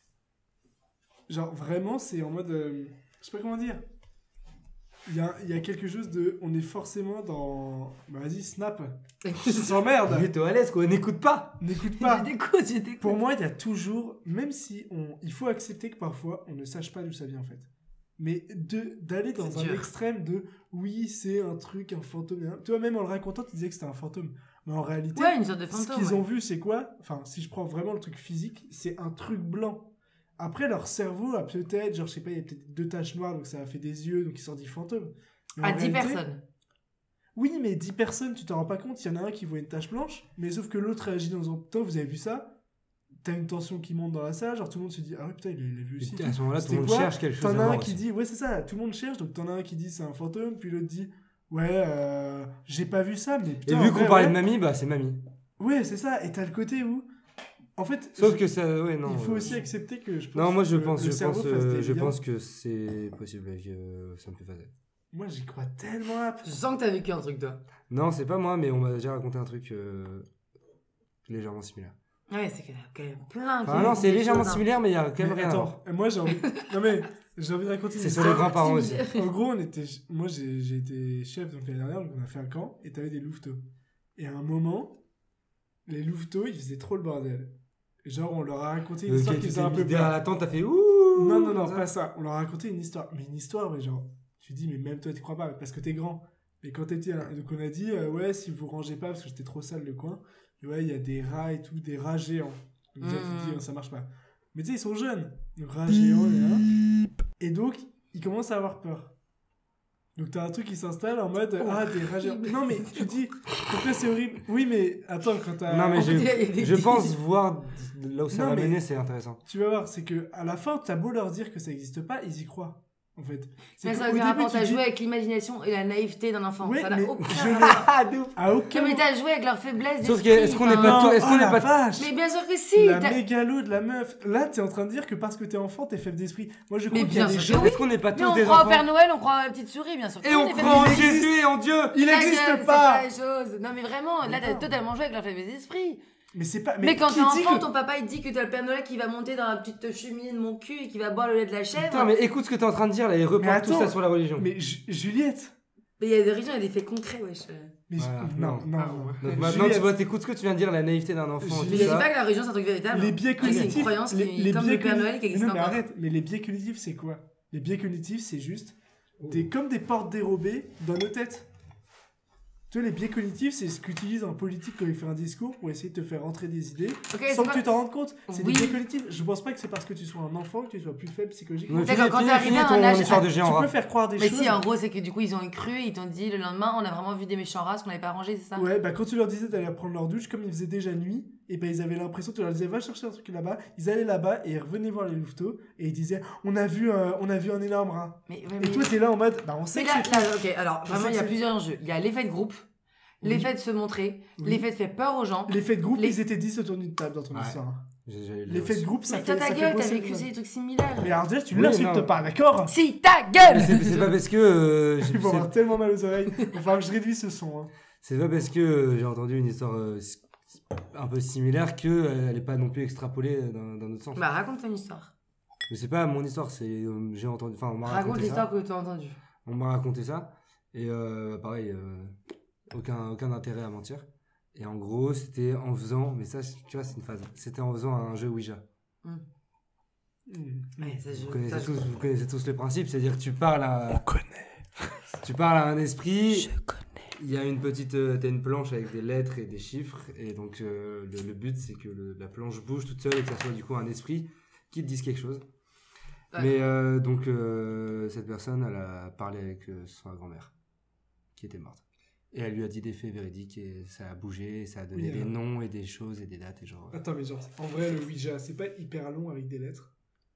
[SPEAKER 2] genre vraiment, c'est en mode, euh, je sais pas comment dire. Il y a, il y a quelque chose de, on est forcément dans, bah vas-y, snap. S'emmerde.
[SPEAKER 4] Mets-toi à l'aise, quoi, n'écoute pas.
[SPEAKER 2] N'écoute pas.
[SPEAKER 3] Je t'écoute, je t'écoute.
[SPEAKER 2] Pour moi, il y a toujours, même si on, il faut accepter que parfois on ne sache pas d'où ça vient en fait. Mais de d'aller dans
[SPEAKER 3] C'est
[SPEAKER 2] un
[SPEAKER 3] dur.
[SPEAKER 2] extrême de oui, c'est un truc, un fantôme. hein. Toi, même en le racontant, tu disais que c'était un fantôme. Mais en réalité,
[SPEAKER 3] Ouais, une sorte de
[SPEAKER 2] ce
[SPEAKER 3] fantôme.
[SPEAKER 2] qu'ils
[SPEAKER 3] ouais.
[SPEAKER 2] ont vu, c'est quoi? Enfin, si je prends vraiment le truc physique, c'est un truc blanc. Après, leur cerveau a peut-être, genre, je sais pas, il y a peut-être deux taches noires, donc ça a fait des yeux, donc ils sortent des fantômes. Mais
[SPEAKER 3] À
[SPEAKER 2] en
[SPEAKER 3] dix
[SPEAKER 2] réalité-
[SPEAKER 3] personnes.
[SPEAKER 2] Oui, mais dix personnes, tu t'en rends pas compte. Il y en a un qui voit une tache blanche, mais sauf que l'autre réagit dans un temps, vous avez vu ça? T'as une tension qui monte dans la salle, genre tout le monde se dit ah ouais putain il l'a vu aussi.
[SPEAKER 4] Et à ce moment-là, tout
[SPEAKER 2] C'était
[SPEAKER 4] le monde
[SPEAKER 2] quoi
[SPEAKER 4] cherche quelque chose
[SPEAKER 2] T'en
[SPEAKER 4] à
[SPEAKER 2] as
[SPEAKER 4] voir
[SPEAKER 2] un qui
[SPEAKER 4] aussi.
[SPEAKER 2] dit ouais c'est ça, tout le monde cherche, donc t'en as un qui dit c'est un fantôme, puis l'autre dit ouais euh, j'ai pas vu ça, mais
[SPEAKER 4] Et
[SPEAKER 2] putain.
[SPEAKER 4] vu
[SPEAKER 2] en
[SPEAKER 4] qu'on
[SPEAKER 2] vrai,
[SPEAKER 4] parlait
[SPEAKER 2] ouais.
[SPEAKER 4] de mamie, bah c'est mamie.
[SPEAKER 2] Ouais c'est ça, et t'as le côté où en fait.
[SPEAKER 4] Sauf
[SPEAKER 2] je-
[SPEAKER 4] que ça, ouais, non.
[SPEAKER 2] il faut
[SPEAKER 4] euh,
[SPEAKER 2] aussi accepter que je pense.
[SPEAKER 4] Non, moi je
[SPEAKER 2] que
[SPEAKER 4] pense,
[SPEAKER 2] le
[SPEAKER 4] je
[SPEAKER 2] cerveau
[SPEAKER 4] pense,
[SPEAKER 2] fasse
[SPEAKER 4] euh,
[SPEAKER 2] des
[SPEAKER 4] je
[SPEAKER 2] liens.
[SPEAKER 4] pense que c'est possible et que ça me fait phaser.
[SPEAKER 2] Moi j'y crois tellement à.
[SPEAKER 3] Je sens que t'as vécu un truc, toi.
[SPEAKER 4] Non, c'est pas moi, mais on m'a déjà raconté un truc euh, légèrement similaire.
[SPEAKER 3] Ouais, c'est qu'il y a quand même plein qui
[SPEAKER 4] Ah non,
[SPEAKER 3] vivent
[SPEAKER 4] c'est
[SPEAKER 3] des
[SPEAKER 4] légèrement
[SPEAKER 3] choses, hein.
[SPEAKER 4] similaire, mais il y a quand même
[SPEAKER 2] Mais
[SPEAKER 4] rien à voir.
[SPEAKER 2] attends, moi j'ai envie. Non mais j'ai envie de raconter une
[SPEAKER 4] C'est sur les
[SPEAKER 2] histoire.
[SPEAKER 4] grands-parents aussi.
[SPEAKER 2] En gros, on était, moi j'ai j'ai été chef donc l'année dernière, donc on a fait un camp et t'avais des louveteaux. Et à un moment, les louveteaux ils faisaient trop le bordel. Genre on leur a raconté une
[SPEAKER 4] Ok,
[SPEAKER 2] histoire
[SPEAKER 4] tu
[SPEAKER 2] qui faisait
[SPEAKER 4] t'es
[SPEAKER 2] un
[SPEAKER 4] mis
[SPEAKER 2] peu
[SPEAKER 4] derrière
[SPEAKER 2] peur.
[SPEAKER 4] la tente, t'as fait ouh.
[SPEAKER 2] Non, non, non,
[SPEAKER 4] comme ça.
[SPEAKER 2] pas ça. On leur a raconté une histoire. Mais une histoire, mais genre, tu dis, mais même toi tu crois pas parce que t'es grand. Mais quand t'étais. hein, donc on a dit, euh, ouais, si vous rangez pas parce que j'étais trop sale le coin, et ouais, il y a des rats et tout, des rats géants. Donc déjà, tu te dis,
[SPEAKER 3] Mm.
[SPEAKER 2] oh, ça marche pas. Mais tu sais, ils sont jeunes. Donc rats géants, et là. Et donc, ils commencent à avoir peur. Donc t'as un truc qui s'installe en mode ah des rats géants. Non mais tu dis pourquoi c'est horrible. Oui mais attends quand t'as.
[SPEAKER 4] Non, mais
[SPEAKER 3] En
[SPEAKER 4] je,
[SPEAKER 3] fait, il y a- il y a des
[SPEAKER 4] je
[SPEAKER 3] petits-
[SPEAKER 4] pense voir là où ça
[SPEAKER 2] Non,
[SPEAKER 4] va
[SPEAKER 2] mais-
[SPEAKER 4] mener, c'est intéressant.
[SPEAKER 2] Tu vas voir c'est que à la fin t'as beau leur dire que ça existe pas ils y croient en fait. C'est
[SPEAKER 3] Mais
[SPEAKER 2] qu'au
[SPEAKER 3] ça a aucun
[SPEAKER 2] début,
[SPEAKER 3] rapport,
[SPEAKER 2] tu
[SPEAKER 3] t'as
[SPEAKER 2] dis-
[SPEAKER 3] joué avec l'imagination et la naïveté d'un enfant.
[SPEAKER 2] Ouais,
[SPEAKER 3] ça n'a
[SPEAKER 2] mais
[SPEAKER 3] aucun
[SPEAKER 2] je
[SPEAKER 3] rapport.
[SPEAKER 2] ne- à aucun
[SPEAKER 3] Non, mais
[SPEAKER 2] moment-
[SPEAKER 3] t'as joué avec leur faiblesse
[SPEAKER 4] Sauf que,
[SPEAKER 3] d'esprit,
[SPEAKER 4] est-ce qu'on est
[SPEAKER 3] enfin.
[SPEAKER 4] pas
[SPEAKER 2] Non,
[SPEAKER 4] tout- est-ce qu'on
[SPEAKER 2] oh
[SPEAKER 4] est
[SPEAKER 2] la
[SPEAKER 4] pas-
[SPEAKER 2] vache.
[SPEAKER 3] Mais bien sûr que si.
[SPEAKER 2] La
[SPEAKER 3] t'as-
[SPEAKER 2] mégalo de la meuf. Là, t'es en train de dire que parce que t'es enfant, t'es faible d'esprit. Moi, je crois
[SPEAKER 3] Mais
[SPEAKER 2] qu'il y a
[SPEAKER 3] bien
[SPEAKER 2] des
[SPEAKER 3] sûr
[SPEAKER 2] gens.
[SPEAKER 3] que
[SPEAKER 4] Est-ce qu'on n'est pas
[SPEAKER 3] Mais
[SPEAKER 4] tous
[SPEAKER 3] on
[SPEAKER 4] des
[SPEAKER 3] croit au
[SPEAKER 4] enfants
[SPEAKER 3] Père Noël, on croit à la petite souris, bien sûr. que
[SPEAKER 4] Et
[SPEAKER 3] oui,
[SPEAKER 4] on
[SPEAKER 3] est
[SPEAKER 4] croit en
[SPEAKER 3] faibles d'esprit.
[SPEAKER 4] Jésus et en Dieu.
[SPEAKER 2] Il
[SPEAKER 3] Ta
[SPEAKER 2] n'existe
[SPEAKER 3] gueule,
[SPEAKER 2] pas.
[SPEAKER 3] C'est pas la chose. Non, mais vraiment, là, t'as
[SPEAKER 2] Non.
[SPEAKER 3] totalement joué avec leur faiblesse d'esprit.
[SPEAKER 2] Mais c'est pas.
[SPEAKER 3] Mais, quand
[SPEAKER 2] qui
[SPEAKER 3] t'es
[SPEAKER 2] dit
[SPEAKER 3] enfant,
[SPEAKER 2] que-
[SPEAKER 3] ton papa il dit que t'as le Père Noël qui va monter dans la petite cheminée de mon cul et qui va boire le lait de la chèvre.
[SPEAKER 4] Putain, mais écoute ce que t'es en train de dire là et reporte tout
[SPEAKER 2] attends,
[SPEAKER 4] ça sur la religion.
[SPEAKER 2] Mais Ju- Juliette.
[SPEAKER 3] Mais il y a des religions, il y a des faits concrets, wesh.
[SPEAKER 2] Mais
[SPEAKER 4] Voilà,
[SPEAKER 2] non,
[SPEAKER 4] non.
[SPEAKER 2] non,
[SPEAKER 3] Ah,
[SPEAKER 2] non.
[SPEAKER 3] ouais.
[SPEAKER 4] Donc maintenant,
[SPEAKER 2] Juliette,
[SPEAKER 4] tu vois, t'écoutes ce que tu viens de dire, la naïveté d'un enfant.
[SPEAKER 2] Juliette,
[SPEAKER 4] tout
[SPEAKER 3] Mais je dis
[SPEAKER 4] ça.
[SPEAKER 3] pas que la religion c'est un truc véritable.
[SPEAKER 2] Les biais
[SPEAKER 3] Ah, c'est une
[SPEAKER 2] cognitifs.
[SPEAKER 3] croyance qui-
[SPEAKER 2] les, les
[SPEAKER 3] comme
[SPEAKER 2] biais
[SPEAKER 3] le Père
[SPEAKER 2] cogni-
[SPEAKER 3] Noël qui existe
[SPEAKER 2] non, mais
[SPEAKER 3] encore.
[SPEAKER 2] arrête. Mais les biais cognitifs, c'est quoi? Les biais cognitifs, c'est juste des, comme des portes dérobées dans nos têtes. Tu vois, les biais cognitifs, c'est ce qu'utilise un politique quand il fait un discours pour essayer de te faire rentrer des idées
[SPEAKER 3] Ok, c'est
[SPEAKER 2] sans que
[SPEAKER 3] quoi-
[SPEAKER 2] tu t'en rendes compte. C'est
[SPEAKER 3] Oui.
[SPEAKER 2] des biais cognitifs. Je pense pas que c'est parce que tu sois un enfant que tu sois plus faible psychologiquement.
[SPEAKER 4] Donc,
[SPEAKER 3] D'accord,
[SPEAKER 4] finis-
[SPEAKER 3] quand
[SPEAKER 4] finis-
[SPEAKER 3] t'es arrivé
[SPEAKER 4] finis
[SPEAKER 3] à un
[SPEAKER 4] ton
[SPEAKER 3] âge-
[SPEAKER 4] histoire de
[SPEAKER 2] Tu
[SPEAKER 4] géant
[SPEAKER 2] peux
[SPEAKER 4] rat.
[SPEAKER 2] faire croire des
[SPEAKER 3] Mais
[SPEAKER 2] choses.
[SPEAKER 3] si, en gros, c'est que du coup, ils ont y cru, ils t'ont dit le lendemain, on a vraiment vu des méchants rats qu'on n'avait pas rangé, c'est ça?
[SPEAKER 2] Ouais, bah quand tu leur disais d'aller prendre leur douche, comme il faisait déjà nuit, et bah ils avaient l'impression, tu leur disais va chercher un truc là-bas, ils allaient là-bas et ils revenaient voir les louveteaux et ils disaient on a vu un, on a vu un énorme rat.
[SPEAKER 3] Mais, ouais,
[SPEAKER 2] Et
[SPEAKER 3] mais-
[SPEAKER 2] toi t'es là en mode bah on sait
[SPEAKER 3] Mais
[SPEAKER 2] que
[SPEAKER 3] là,
[SPEAKER 2] c'est
[SPEAKER 3] là, ok, alors
[SPEAKER 2] On
[SPEAKER 3] vraiment,
[SPEAKER 2] sait
[SPEAKER 3] il y a
[SPEAKER 2] que c'est-
[SPEAKER 3] plusieurs enjeux. Il y a l'effet de groupe,
[SPEAKER 2] Oui.
[SPEAKER 3] l'effet de se montrer,
[SPEAKER 2] Oui.
[SPEAKER 3] l'effet de faire peur aux gens.
[SPEAKER 2] L'effet de groupe,
[SPEAKER 3] Les-
[SPEAKER 2] ils étaient dix autour d'une table dans ton
[SPEAKER 4] Ouais.
[SPEAKER 2] histoire.
[SPEAKER 4] J'ai- j'allais le dire
[SPEAKER 2] L'effet de
[SPEAKER 4] aussi.
[SPEAKER 2] groupe, ça
[SPEAKER 3] Mais
[SPEAKER 2] fait
[SPEAKER 3] toi, ta
[SPEAKER 2] ça fait
[SPEAKER 3] gueule, t'as
[SPEAKER 2] bosser
[SPEAKER 3] vécu
[SPEAKER 2] les gens.
[SPEAKER 3] des trucs similaires.
[SPEAKER 2] Mais alors déjà, tu
[SPEAKER 4] Oui,
[SPEAKER 2] l'insultes
[SPEAKER 4] non.
[SPEAKER 2] pas, d'accord?
[SPEAKER 3] Si, ta
[SPEAKER 4] Mais
[SPEAKER 3] gueule!
[SPEAKER 4] c'est c'est pas parce que euh, j'ai-
[SPEAKER 2] Il va
[SPEAKER 4] c'est-
[SPEAKER 2] avoir tellement mal aux oreilles. Il va falloir que je réduise ce son. Hein.
[SPEAKER 4] c'est pas parce que euh, j'ai entendu une histoire euh, s- un peu similaire que euh, elle est pas non plus extrapolée d'un d'un autre sens.
[SPEAKER 3] Bah, raconte ton histoire.
[SPEAKER 4] Mais c'est pas mon histoire, c'est euh, j'ai entendu, enfin on m'a
[SPEAKER 3] Raconte
[SPEAKER 4] raconté
[SPEAKER 3] l'histoire
[SPEAKER 4] ça.
[SPEAKER 3] que tu as entendue.
[SPEAKER 4] On m'a raconté ça et euh, pareil, euh, aucun aucun intérêt à mentir. Et en gros, c'était en faisant, mais ça, tu vois, c'est une phase. C'était en faisant un jeu Ouija.
[SPEAKER 2] Mmh.
[SPEAKER 3] Ouais, ça, je,
[SPEAKER 4] Vous connaissez,
[SPEAKER 3] ça, je
[SPEAKER 4] tous,
[SPEAKER 3] comprends.
[SPEAKER 4] vous connaissez tous le principe, c'est-à-dire que tu parles à,
[SPEAKER 2] On connaît.
[SPEAKER 4] tu parles à un esprit,
[SPEAKER 3] Je connais.
[SPEAKER 4] Il y a une petite, euh, t'as une planche avec des lettres et des chiffres, et donc euh, le, le but c'est que le- la planche bouge toute seule et que ça soit du coup un esprit qui te dise quelque chose.
[SPEAKER 3] Ouais.
[SPEAKER 4] Mais euh, donc euh, cette personne, elle a parlé avec euh, sa grand-mère qui était morte. Et elle lui a dit des faits véridiques et ça a bougé, et ça a donné
[SPEAKER 2] Oui,
[SPEAKER 4] des
[SPEAKER 2] euh.
[SPEAKER 4] noms et des choses et des dates et genre.
[SPEAKER 2] Attends, mais genre, en vrai, le Ouija, c'est pas hyper long avec des lettres.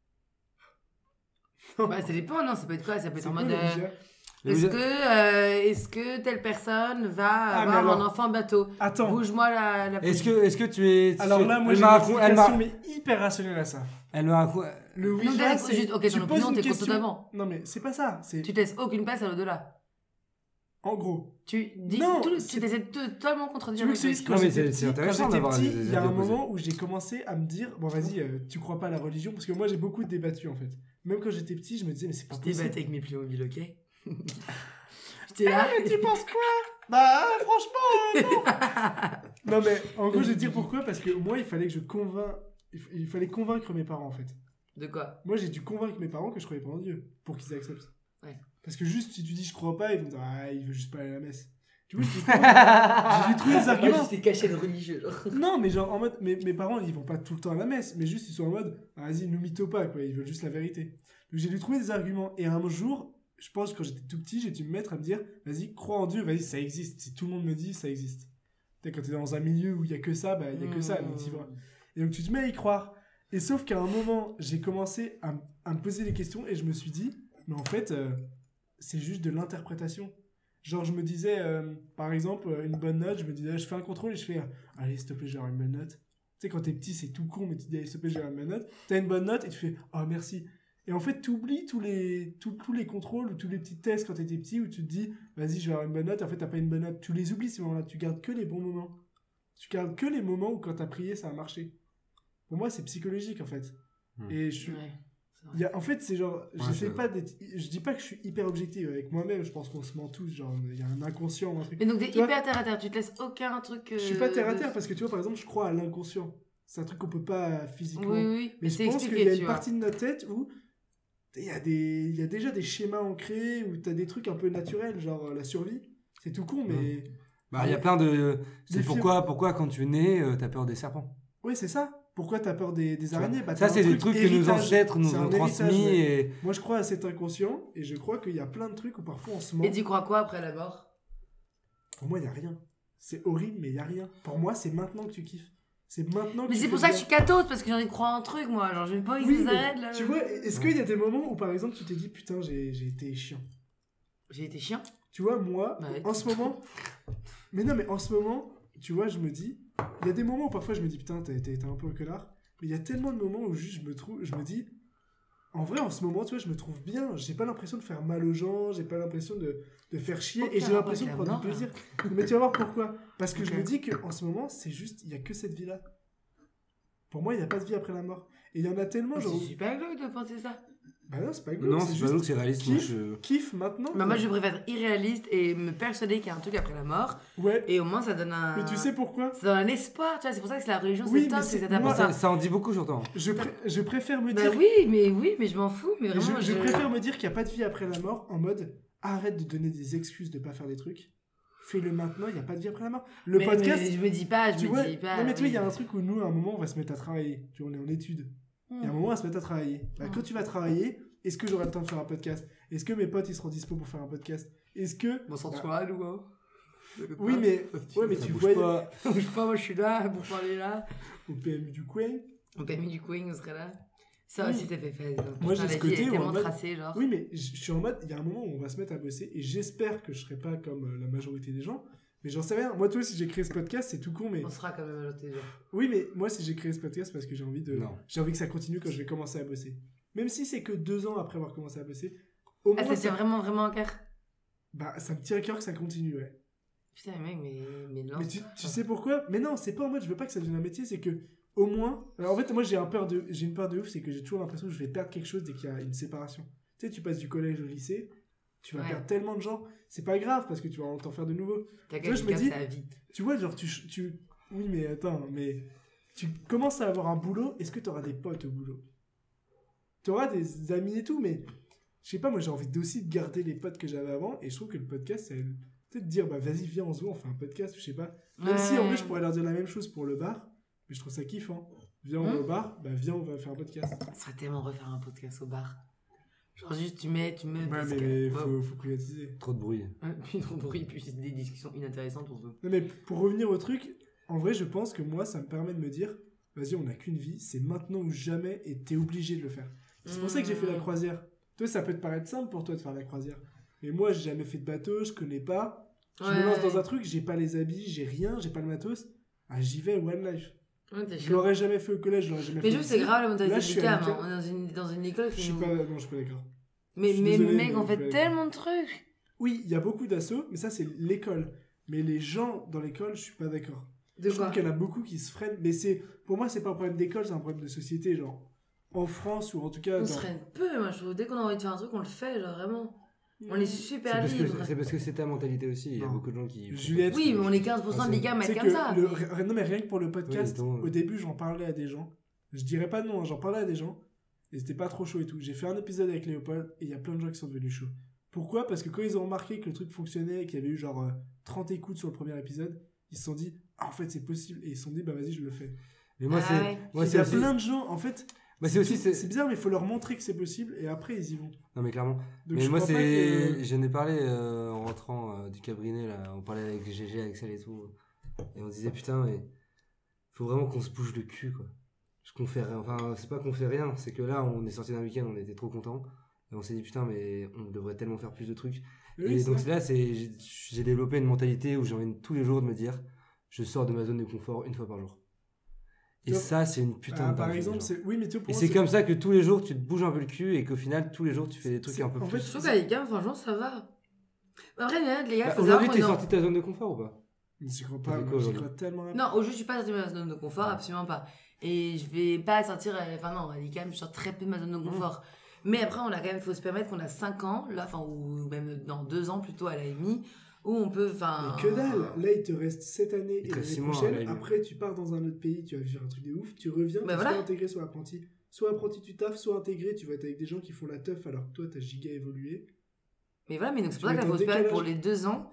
[SPEAKER 3] Bah, ça dépend, non, ça peut être quoi? Ça peut être
[SPEAKER 2] C'est
[SPEAKER 3] en
[SPEAKER 2] quoi,
[SPEAKER 3] mode.
[SPEAKER 2] le
[SPEAKER 3] euh,
[SPEAKER 2] Ouija
[SPEAKER 4] Le
[SPEAKER 3] Est-ce
[SPEAKER 4] Ouija-
[SPEAKER 3] que, euh, est-ce que telle personne va
[SPEAKER 2] Ah, mais
[SPEAKER 3] avoir un
[SPEAKER 2] alors-
[SPEAKER 3] enfant bientôt?
[SPEAKER 2] Attends.
[SPEAKER 3] Bouge-moi la, la
[SPEAKER 4] Est-ce
[SPEAKER 3] poulie.
[SPEAKER 4] que, est-ce que tu es.
[SPEAKER 2] Alors là, moi,
[SPEAKER 4] elle
[SPEAKER 2] j'ai
[SPEAKER 4] m'a
[SPEAKER 2] une
[SPEAKER 4] racon- elle m'a-
[SPEAKER 2] explication, mais hyper rationnelle à ça.
[SPEAKER 4] Elle m'a racon-
[SPEAKER 2] Le
[SPEAKER 3] Non,
[SPEAKER 2] Ouija,
[SPEAKER 3] direct,
[SPEAKER 2] c'est...
[SPEAKER 3] juste- ok,
[SPEAKER 2] tu
[SPEAKER 3] ton
[SPEAKER 2] poses
[SPEAKER 3] opinion,
[SPEAKER 2] une
[SPEAKER 3] t'es
[SPEAKER 2] question-
[SPEAKER 3] totalement.
[SPEAKER 2] Non, mais c'est pas ça. C'est...
[SPEAKER 3] Tu te laisses aucune place à l'au-delà.
[SPEAKER 2] En gros,
[SPEAKER 3] Tu dis
[SPEAKER 2] Non,
[SPEAKER 3] tout,
[SPEAKER 2] c'est-
[SPEAKER 3] tu essaies de totalement
[SPEAKER 2] tu
[SPEAKER 3] contredire
[SPEAKER 2] veux
[SPEAKER 3] le
[SPEAKER 2] que je te dise
[SPEAKER 3] truc.
[SPEAKER 2] quand
[SPEAKER 4] Non, mais
[SPEAKER 2] j'étais
[SPEAKER 4] c'est-
[SPEAKER 2] petit,
[SPEAKER 4] c'est
[SPEAKER 2] quand
[SPEAKER 4] intéressant
[SPEAKER 2] j'étais
[SPEAKER 4] d'avoir
[SPEAKER 2] petit,
[SPEAKER 4] des-
[SPEAKER 2] il
[SPEAKER 4] des
[SPEAKER 2] y a un
[SPEAKER 4] avis opposés.
[SPEAKER 2] moment où j'ai commencé à me dire, bon vas-y, euh, tu crois pas à la religion, parce que moi j'ai beaucoup débattu en fait. Même quand j'étais petit, je me disais, mais c'est pas
[SPEAKER 3] Je
[SPEAKER 2] possible.
[SPEAKER 3] débattais avec mes Playmobil, ok? J'étais là.
[SPEAKER 2] Mais tu penses quoi? Bah franchement, euh, non. Non mais en gros, je vais te dire pourquoi, parce que moi il fallait que je convainc, il f- il fallait convaincre mes parents en fait.
[SPEAKER 3] De quoi?
[SPEAKER 2] Moi j'ai dû convaincre mes parents que je croyais pas en Dieu, pour qu'ils acceptent.
[SPEAKER 3] Ouais.
[SPEAKER 2] Parce que juste si tu dis je crois pas, ils vont dire, ah il veut juste pas aller à la messe. Tu vois, j'ai dû trouver- j'ai dû trouver des arguments.
[SPEAKER 3] J'étais caché le religieux. genre.
[SPEAKER 2] Non, mais genre en mode, mes, mes parents ils vont pas tout le temps à la messe, mais juste ils sont en mode, ah, vas-y, nous mytho pas, quoi, ils veulent juste la vérité. Donc j'ai dû trouver des arguments, et un jour, je pense que quand j'étais tout petit, j'ai dû me mettre à me dire, vas-y, crois en Dieu, vas-y, ça existe. Si tout le monde me dit, ça existe. Tu sais, quand t'es dans un milieu où il y a que ça, bah il y a que ça, donc t'y vas. Et donc tu te mets à y croire. Et sauf qu'à un moment, j'ai commencé à, m- à me poser des questions, et je me suis dit, mais en fait, euh, c'est juste de l'interprétation. Genre, je me disais, euh, par exemple, euh, une bonne note, je me disais, je fais un contrôle et je fais, euh, allez, s'il te plaît, j'ai avoir une bonne note. Tu sais, quand t'es petit, c'est tout con, mais tu te dis, allez, s'il te plaît, j'ai avoir une bonne note. T'as une bonne note et tu fais, oh, merci. Et en fait, tu oublies tous les, tous, tous les contrôles ou tous les petits tests quand t'étais petit où tu te dis, vas-y, je vais avoir une bonne note. En fait, t'as pas une bonne note. Tu les oublies ces moments-là. Tu gardes que les bons moments. Tu gardes que les moments où quand t'as prié, ça a marché. Pour moi, c'est psychologique, en fait.
[SPEAKER 4] Hmm.
[SPEAKER 2] Et je suis.
[SPEAKER 3] Ouais, c'est vrai.
[SPEAKER 2] Il y a, en fait, c'est genre,
[SPEAKER 4] Ouais,
[SPEAKER 2] j'essaie
[SPEAKER 4] je-
[SPEAKER 2] pas d'être, je dis pas que je suis hyper objectif avec moi-même, je pense qu'on se ment tous, genre, il y a un inconscient ou un truc.
[SPEAKER 3] Mais donc t'es
[SPEAKER 2] Tu vois,
[SPEAKER 3] hyper terre à terre, tu te laisses aucun truc.
[SPEAKER 2] je suis
[SPEAKER 3] euh,
[SPEAKER 2] pas terre à
[SPEAKER 3] de-
[SPEAKER 2] terre parce que tu vois, par exemple, je crois à l'inconscient. C'est un truc qu'on peut pas physiquement.
[SPEAKER 3] Oui, oui,
[SPEAKER 2] Mais je
[SPEAKER 3] c'est
[SPEAKER 2] pense qu'il y
[SPEAKER 3] expliqué,
[SPEAKER 2] a
[SPEAKER 3] tu
[SPEAKER 2] une
[SPEAKER 3] vois.
[SPEAKER 2] partie de notre tête où il y a des, il y a déjà des schémas ancrés, où t'as des trucs un peu naturels, genre euh, la survie. C'est tout con, mais.
[SPEAKER 4] Bah, il y a plein de.
[SPEAKER 2] Des
[SPEAKER 4] C'est pourquoi, pourquoi quand tu nais, euh, t'as peur des serpents.
[SPEAKER 2] Ouais, c'est ça. Pourquoi t'as peur des, des araignées? Bah,
[SPEAKER 4] Ça,
[SPEAKER 2] t'as
[SPEAKER 4] c'est
[SPEAKER 2] un
[SPEAKER 4] des
[SPEAKER 2] truc
[SPEAKER 4] trucs que nos
[SPEAKER 2] héritage.
[SPEAKER 4] ancêtres nous
[SPEAKER 2] C'est
[SPEAKER 4] ont
[SPEAKER 2] un héritage,
[SPEAKER 4] transmis
[SPEAKER 2] ouais.
[SPEAKER 4] et.
[SPEAKER 2] Moi, je crois à cet inconscient, et je crois qu'il y a plein de trucs où parfois on se ment.
[SPEAKER 3] Et tu crois quoi après la mort?
[SPEAKER 2] Pour moi, il n'y a rien. C'est horrible, mais il n'y a rien. Pour moi, c'est maintenant que tu kiffes. C'est maintenant que
[SPEAKER 3] Mais
[SPEAKER 2] tu
[SPEAKER 3] c'est
[SPEAKER 2] fais
[SPEAKER 3] pour ça que je
[SPEAKER 2] bien.
[SPEAKER 3] suis cathos, parce que j'ai envie de croire en un truc, moi. Genre, je vais pas, ils
[SPEAKER 2] Oui,
[SPEAKER 3] nous
[SPEAKER 2] mais
[SPEAKER 3] arrêtent là.
[SPEAKER 2] tu vois, est-ce qu'il y a des moments où, par exemple, tu t'es dit, putain, j'ai j'ai été chiant.
[SPEAKER 3] J'ai été chiant.
[SPEAKER 2] Tu vois, moi,
[SPEAKER 3] Bah,
[SPEAKER 2] en ce moment... Mais non, mais en ce moment, tu vois, je me dis... Il y a des moments où parfois je me dis, putain, t'as t'as été un peu un connard. Mais il y a tellement de moments où juste je me trouve... Je me dis... En vrai, en ce moment, tu vois, je me trouve bien. J'ai pas l'impression de faire mal aux gens. J'ai pas l'impression de, de faire chier.
[SPEAKER 3] Aucun
[SPEAKER 2] et j'ai
[SPEAKER 3] rapport
[SPEAKER 2] l'impression de
[SPEAKER 3] avec
[SPEAKER 2] prendre
[SPEAKER 3] la
[SPEAKER 2] du
[SPEAKER 3] mort,
[SPEAKER 2] plaisir. Mais tu vas voir pourquoi. Parce que je
[SPEAKER 3] Ok.
[SPEAKER 2] me dis qu'en ce moment, c'est juste... Il y a que cette vie-là. Pour moi, il n'y a pas de vie après la mort. Et il y en a tellement,
[SPEAKER 3] Mais
[SPEAKER 2] genre...
[SPEAKER 3] C'est super glauque de penser ça.
[SPEAKER 2] Bah non, c'est pas glauque.
[SPEAKER 4] Non,
[SPEAKER 2] c'est
[SPEAKER 4] c'est pas
[SPEAKER 2] juste
[SPEAKER 4] nous, c'est réaliste. Moi,
[SPEAKER 2] kiff,
[SPEAKER 4] je...
[SPEAKER 2] kiff maintenant.
[SPEAKER 3] Bah, moi,
[SPEAKER 2] quoi.
[SPEAKER 3] je préfère être irréaliste et me persuader qu'il y a un truc après la mort.
[SPEAKER 2] Ouais.
[SPEAKER 3] Et au moins, ça donne un.
[SPEAKER 2] Mais tu sais pourquoi?
[SPEAKER 3] Ça donne un espoir, tu vois. C'est pour ça que c'est la religion,
[SPEAKER 2] Oui,
[SPEAKER 3] c'est top,
[SPEAKER 2] mais
[SPEAKER 3] c'est
[SPEAKER 2] c'est-
[SPEAKER 3] que ça
[SPEAKER 2] moi,
[SPEAKER 3] t'apporte
[SPEAKER 4] ça,
[SPEAKER 3] ça.
[SPEAKER 4] ça en dit beaucoup sur toi.
[SPEAKER 2] Je, pré- je préfère me
[SPEAKER 3] Bah
[SPEAKER 2] dire...
[SPEAKER 3] oui, mais oui, mais je m'en fous. Mais
[SPEAKER 2] je,
[SPEAKER 3] vraiment,
[SPEAKER 2] je préfère me dire qu'il n'y a pas de vie après la mort en mode arrête de donner des excuses de pas faire des trucs. Fais-le maintenant, il n'y a pas de vie après la mort. Le
[SPEAKER 3] mais,
[SPEAKER 2] podcast,
[SPEAKER 3] mais je me dis pas, je
[SPEAKER 2] tu
[SPEAKER 3] me
[SPEAKER 2] vois,
[SPEAKER 3] dis pas.
[SPEAKER 2] non mais tu vois, il y a
[SPEAKER 3] oui.
[SPEAKER 2] un truc où nous, à un moment, on va se mettre à travailler. Tu vois, on est en études. Il y a un
[SPEAKER 3] Hmm.
[SPEAKER 2] moment, on va se mettre à travailler. Bah,
[SPEAKER 3] Mm.
[SPEAKER 2] quand tu vas travailler, est-ce que j'aurai le temps de faire un podcast? Est-ce que mes potes, ils seront dispo pour faire un podcast? Est-ce que...
[SPEAKER 3] Bon, sans
[SPEAKER 2] Bah,
[SPEAKER 3] toi, nous, hein.
[SPEAKER 2] Oui, mais... Ouais, mais
[SPEAKER 4] Ça
[SPEAKER 2] tu
[SPEAKER 4] bouge
[SPEAKER 2] vois...
[SPEAKER 4] pas.
[SPEAKER 3] Je sais pas, moi, je suis là pour parler là.
[SPEAKER 2] Au P M U du coin...
[SPEAKER 3] On t'a mis du Queen, on serait là. Ça
[SPEAKER 2] Oui.
[SPEAKER 3] aussi, ça fait fait.
[SPEAKER 2] Moi,
[SPEAKER 3] Putain,
[SPEAKER 2] j'ai
[SPEAKER 3] la
[SPEAKER 2] ce
[SPEAKER 3] vie est
[SPEAKER 2] côté où, en
[SPEAKER 3] tellement
[SPEAKER 2] mode-
[SPEAKER 3] tracée, genre.
[SPEAKER 2] Oui, mais je je suis en mode, il y a un moment où on va se mettre à bosser et j'espère que je serai pas comme euh, la majorité des gens. Mais j'en sais rien. Moi, toi, si j'ai créé ce podcast, c'est tout con, mais...
[SPEAKER 3] On sera quand même à l'autre genre.
[SPEAKER 2] Oui, mais moi, si j'ai créé ce podcast, parce que j'ai envie de...
[SPEAKER 4] Non.
[SPEAKER 2] J'ai envie que ça continue quand je vais commencer à bosser. Même si c'est que deux ans après avoir commencé à bosser, au
[SPEAKER 3] Ah,
[SPEAKER 2] moins,
[SPEAKER 3] ça
[SPEAKER 2] ça...
[SPEAKER 3] tient vraiment, vraiment en cœur.
[SPEAKER 2] Bah, ça me tient à cœur que ça continue, ouais.
[SPEAKER 3] Putain, mec, mais, mais lance.
[SPEAKER 2] Mais tu, tu sais pourquoi? Mais non, c'est pas en mode, je veux pas que ça devienne un métier, c'est que, au moins... Alors, en fait, moi, j'ai un peur de... j'ai une peur de ouf, c'est que j'ai toujours l'impression que je vais perdre quelque chose dès qu'il y a une séparation. Tu sais, tu passes du collège au lycée, tu vas
[SPEAKER 3] Ouais.
[SPEAKER 2] perdre tellement de gens. C'est pas grave, parce que tu vas en t'en faire de nouveau.
[SPEAKER 3] T'as
[SPEAKER 2] tu vois, je me
[SPEAKER 3] quelqu'un,
[SPEAKER 2] dis-
[SPEAKER 3] sa vie.
[SPEAKER 2] Tu vois, genre, tu, tu... Oui, mais attends, mais... Tu commences à avoir un boulot, est-ce que tu auras des potes au boulot? Tu auras des amis et tout, mais... Je sais pas, moi, j'ai envie aussi de garder les potes que j'avais avant, et je trouve que le podcast, c'est... peut-être dire, bah vas-y, viens, on se voit, on fait un podcast, je sais pas. Même
[SPEAKER 3] Ouais.
[SPEAKER 2] si en vrai, je pourrais leur dire la même chose pour le bar, mais je trouve ça kiffant. Viens, on va
[SPEAKER 3] Hum.
[SPEAKER 2] au bar, bah viens, on va faire un podcast.
[SPEAKER 3] Ça serait tellement refaire un podcast au bar. Genre juste tu mets, tu mets.
[SPEAKER 2] Ouais,
[SPEAKER 3] parce
[SPEAKER 2] mais
[SPEAKER 3] que-
[SPEAKER 2] faut,
[SPEAKER 3] Ouais.
[SPEAKER 2] faut privatiser.
[SPEAKER 4] Trop de bruit.
[SPEAKER 3] Ouais, puis trop de bruit, puis c'est des discussions inintéressantes on peut.
[SPEAKER 2] Non, mais pour revenir au truc, en vrai, je pense que moi, ça me permet de me dire, vas-y, on n'a qu'une vie, c'est maintenant ou jamais, et t'es obligé de le faire. C'est pour ça que j'ai fait la
[SPEAKER 3] Mmh.
[SPEAKER 2] croisière. Toi, ça peut te paraître simple pour toi de faire la croisière. Mais moi, j'ai jamais fait de bateau, je connais pas. Je me
[SPEAKER 3] Ouais.
[SPEAKER 2] lance dans un truc, j'ai pas les habits, j'ai rien, j'ai pas le matos. Ah, j'y vais, one life.
[SPEAKER 3] Ouais, t'es
[SPEAKER 2] Je
[SPEAKER 3] chaud.
[SPEAKER 2] l'aurais jamais fait au collège, je l'aurais jamais
[SPEAKER 3] Mais
[SPEAKER 2] fait.
[SPEAKER 3] je
[SPEAKER 2] au
[SPEAKER 3] trouve que c'est
[SPEAKER 2] lycée.
[SPEAKER 3] grave la
[SPEAKER 2] Là,
[SPEAKER 3] mentalité
[SPEAKER 2] je
[SPEAKER 3] du
[SPEAKER 2] suis
[SPEAKER 3] cam.
[SPEAKER 2] à
[SPEAKER 3] hein. On est dans une, dans une école
[SPEAKER 2] Je
[SPEAKER 3] qui
[SPEAKER 2] suis
[SPEAKER 3] nous.
[SPEAKER 2] pas, non, je suis pas d'accord.
[SPEAKER 3] Mais,
[SPEAKER 2] je suis
[SPEAKER 3] mais
[SPEAKER 2] désolé,
[SPEAKER 3] mec,
[SPEAKER 2] mais
[SPEAKER 3] on
[SPEAKER 2] je
[SPEAKER 3] fait
[SPEAKER 2] suis pas
[SPEAKER 3] tellement de trucs.
[SPEAKER 2] Oui, il y a beaucoup d'assauts, mais ça, c'est l'école. Mais les gens dans l'école, je suis pas d'accord.
[SPEAKER 3] De
[SPEAKER 2] Je
[SPEAKER 3] quoi
[SPEAKER 2] trouve qu'il y en a beaucoup qui se freinent. Mais c'est, pour moi, c'est pas un problème d'école, c'est un problème de société. Genre, en France, ou en tout cas.
[SPEAKER 3] On
[SPEAKER 2] dans-
[SPEAKER 3] se freine peu, moi je trouve. Dès qu'on a envie de faire un truc, on le fait, genre vraiment. On est
[SPEAKER 4] C'est
[SPEAKER 3] super
[SPEAKER 4] parce, que,
[SPEAKER 3] libre.
[SPEAKER 4] c'est parce que c'est ta mentalité aussi. Il y a
[SPEAKER 2] Non.
[SPEAKER 4] beaucoup de gens qui.
[SPEAKER 2] Juliette,
[SPEAKER 3] Oui, mais on est quinze pour cent
[SPEAKER 4] Ah,
[SPEAKER 3] des
[SPEAKER 4] c'est-
[SPEAKER 3] gars à
[SPEAKER 2] C'est
[SPEAKER 3] mettre
[SPEAKER 2] que
[SPEAKER 3] comme ça.
[SPEAKER 2] le-
[SPEAKER 3] mais-
[SPEAKER 2] ri- non, mais rien que pour le podcast,
[SPEAKER 4] Oui, donc-
[SPEAKER 2] au début, j'en parlais à des gens. Je dirais pas non, hein, j'en parlais à des gens. Et c'était pas trop chaud et tout. J'ai fait un épisode avec Léopold et il y a plein de gens qui sont devenus chauds. Pourquoi ? Parce que quand ils ont remarqué que le truc fonctionnait et qu'il y avait eu genre euh, trente écoutes sur le premier épisode, ils se sont dit, ah, en fait, c'est possible. Et ils se sont dit, bah vas-y, je le fais.
[SPEAKER 4] Mais moi,
[SPEAKER 3] Ah
[SPEAKER 4] c'est.
[SPEAKER 3] ouais.
[SPEAKER 4] Moi,
[SPEAKER 2] Il y
[SPEAKER 4] c'est
[SPEAKER 2] a
[SPEAKER 4] aussi.
[SPEAKER 2] plein de gens, en fait,
[SPEAKER 4] Bah, c'est aussi.
[SPEAKER 2] c'est
[SPEAKER 4] c'est-
[SPEAKER 2] bizarre, mais il faut leur montrer que c'est possible et après, ils y vont.
[SPEAKER 4] Non, mais clairement.
[SPEAKER 2] Donc,
[SPEAKER 4] mais
[SPEAKER 2] je
[SPEAKER 4] moi,
[SPEAKER 2] crois pas
[SPEAKER 4] c'est.
[SPEAKER 2] que-
[SPEAKER 4] J'en ai parlé euh, en rentrant euh, du cabinet, là. On parlait avec G G, Axel et tout. Et on disait, putain, mais. Faut vraiment qu'on se bouge le cul, quoi. Parce qu'on fait rien. Enfin, c'est pas qu'on fait rien, c'est que là, on est sorti d'un week-end, on était trop contents. Et on s'est dit, putain, mais on devrait tellement faire plus de trucs.
[SPEAKER 2] Oui,
[SPEAKER 4] et
[SPEAKER 2] c'est
[SPEAKER 4] donc
[SPEAKER 2] vrai.
[SPEAKER 4] là, c'est, j'ai, j'ai développé une mentalité où j'ai envie de- tous les jours de me dire, je sors de ma zone de confort une fois par jour. Et
[SPEAKER 2] Tu vois,
[SPEAKER 4] ça, c'est une putain
[SPEAKER 2] Ah,
[SPEAKER 4] de
[SPEAKER 2] par
[SPEAKER 4] dinguerie,
[SPEAKER 2] exemple,
[SPEAKER 4] genre.
[SPEAKER 2] c'est. Oui, mais tu vois, pour
[SPEAKER 4] Et
[SPEAKER 2] moi,
[SPEAKER 4] c'est comme ça que tous les jours, tu te bouges un peu le cul et qu'au final, tous les jours, tu fais des trucs
[SPEAKER 2] C'est-
[SPEAKER 4] un peu
[SPEAKER 2] en
[SPEAKER 4] plus.
[SPEAKER 2] fait,
[SPEAKER 3] Je trouve qu'à les gars, franchement, ça va. Après, les gars,
[SPEAKER 4] Bah,
[SPEAKER 3] faut
[SPEAKER 4] aujourd'hui,
[SPEAKER 3] savoir
[SPEAKER 4] t'es
[SPEAKER 3] qu'on est en-
[SPEAKER 4] sorti de ta zone de confort ou pas?
[SPEAKER 2] J'y crois
[SPEAKER 4] Ça
[SPEAKER 2] pas,
[SPEAKER 4] fait
[SPEAKER 2] moi,
[SPEAKER 4] quoi,
[SPEAKER 2] j'y
[SPEAKER 4] aujourd'hui
[SPEAKER 2] crois tellement. même.
[SPEAKER 3] Non, au jeu, je suis pas sortie de ma zone de confort, absolument pas. Et je vais pas sortir. euh, Enfin, non, elle est quand même, je sors très peu de ma zone de confort. Mais après, on a quand même, faut se permettre qu'on a cinq ans, là, enfin, ou même dans deux ans plutôt à la M I, où on peut. Enfin.
[SPEAKER 2] Mais que dalle, là il te reste cette année
[SPEAKER 4] Il
[SPEAKER 2] et
[SPEAKER 4] te reste
[SPEAKER 2] l'année
[SPEAKER 4] six mois,
[SPEAKER 2] prochaine,
[SPEAKER 4] là, il-
[SPEAKER 2] après tu pars dans un autre pays, tu vas vivre un truc de ouf, tu reviens,
[SPEAKER 3] Bah
[SPEAKER 2] tu
[SPEAKER 3] voilà.
[SPEAKER 2] soit intégré, soit apprenti. Soit apprenti tu taffes, soit intégré, tu vas être avec des gens qui font la teuf alors que toi t'as giga évolué.
[SPEAKER 3] Mais voilà, mais donc c'est
[SPEAKER 2] Tu
[SPEAKER 3] pour ça
[SPEAKER 2] vas
[SPEAKER 3] qu'il
[SPEAKER 2] être
[SPEAKER 3] faut
[SPEAKER 2] en
[SPEAKER 3] se permettre pour
[SPEAKER 2] décalage.
[SPEAKER 3] les deux ans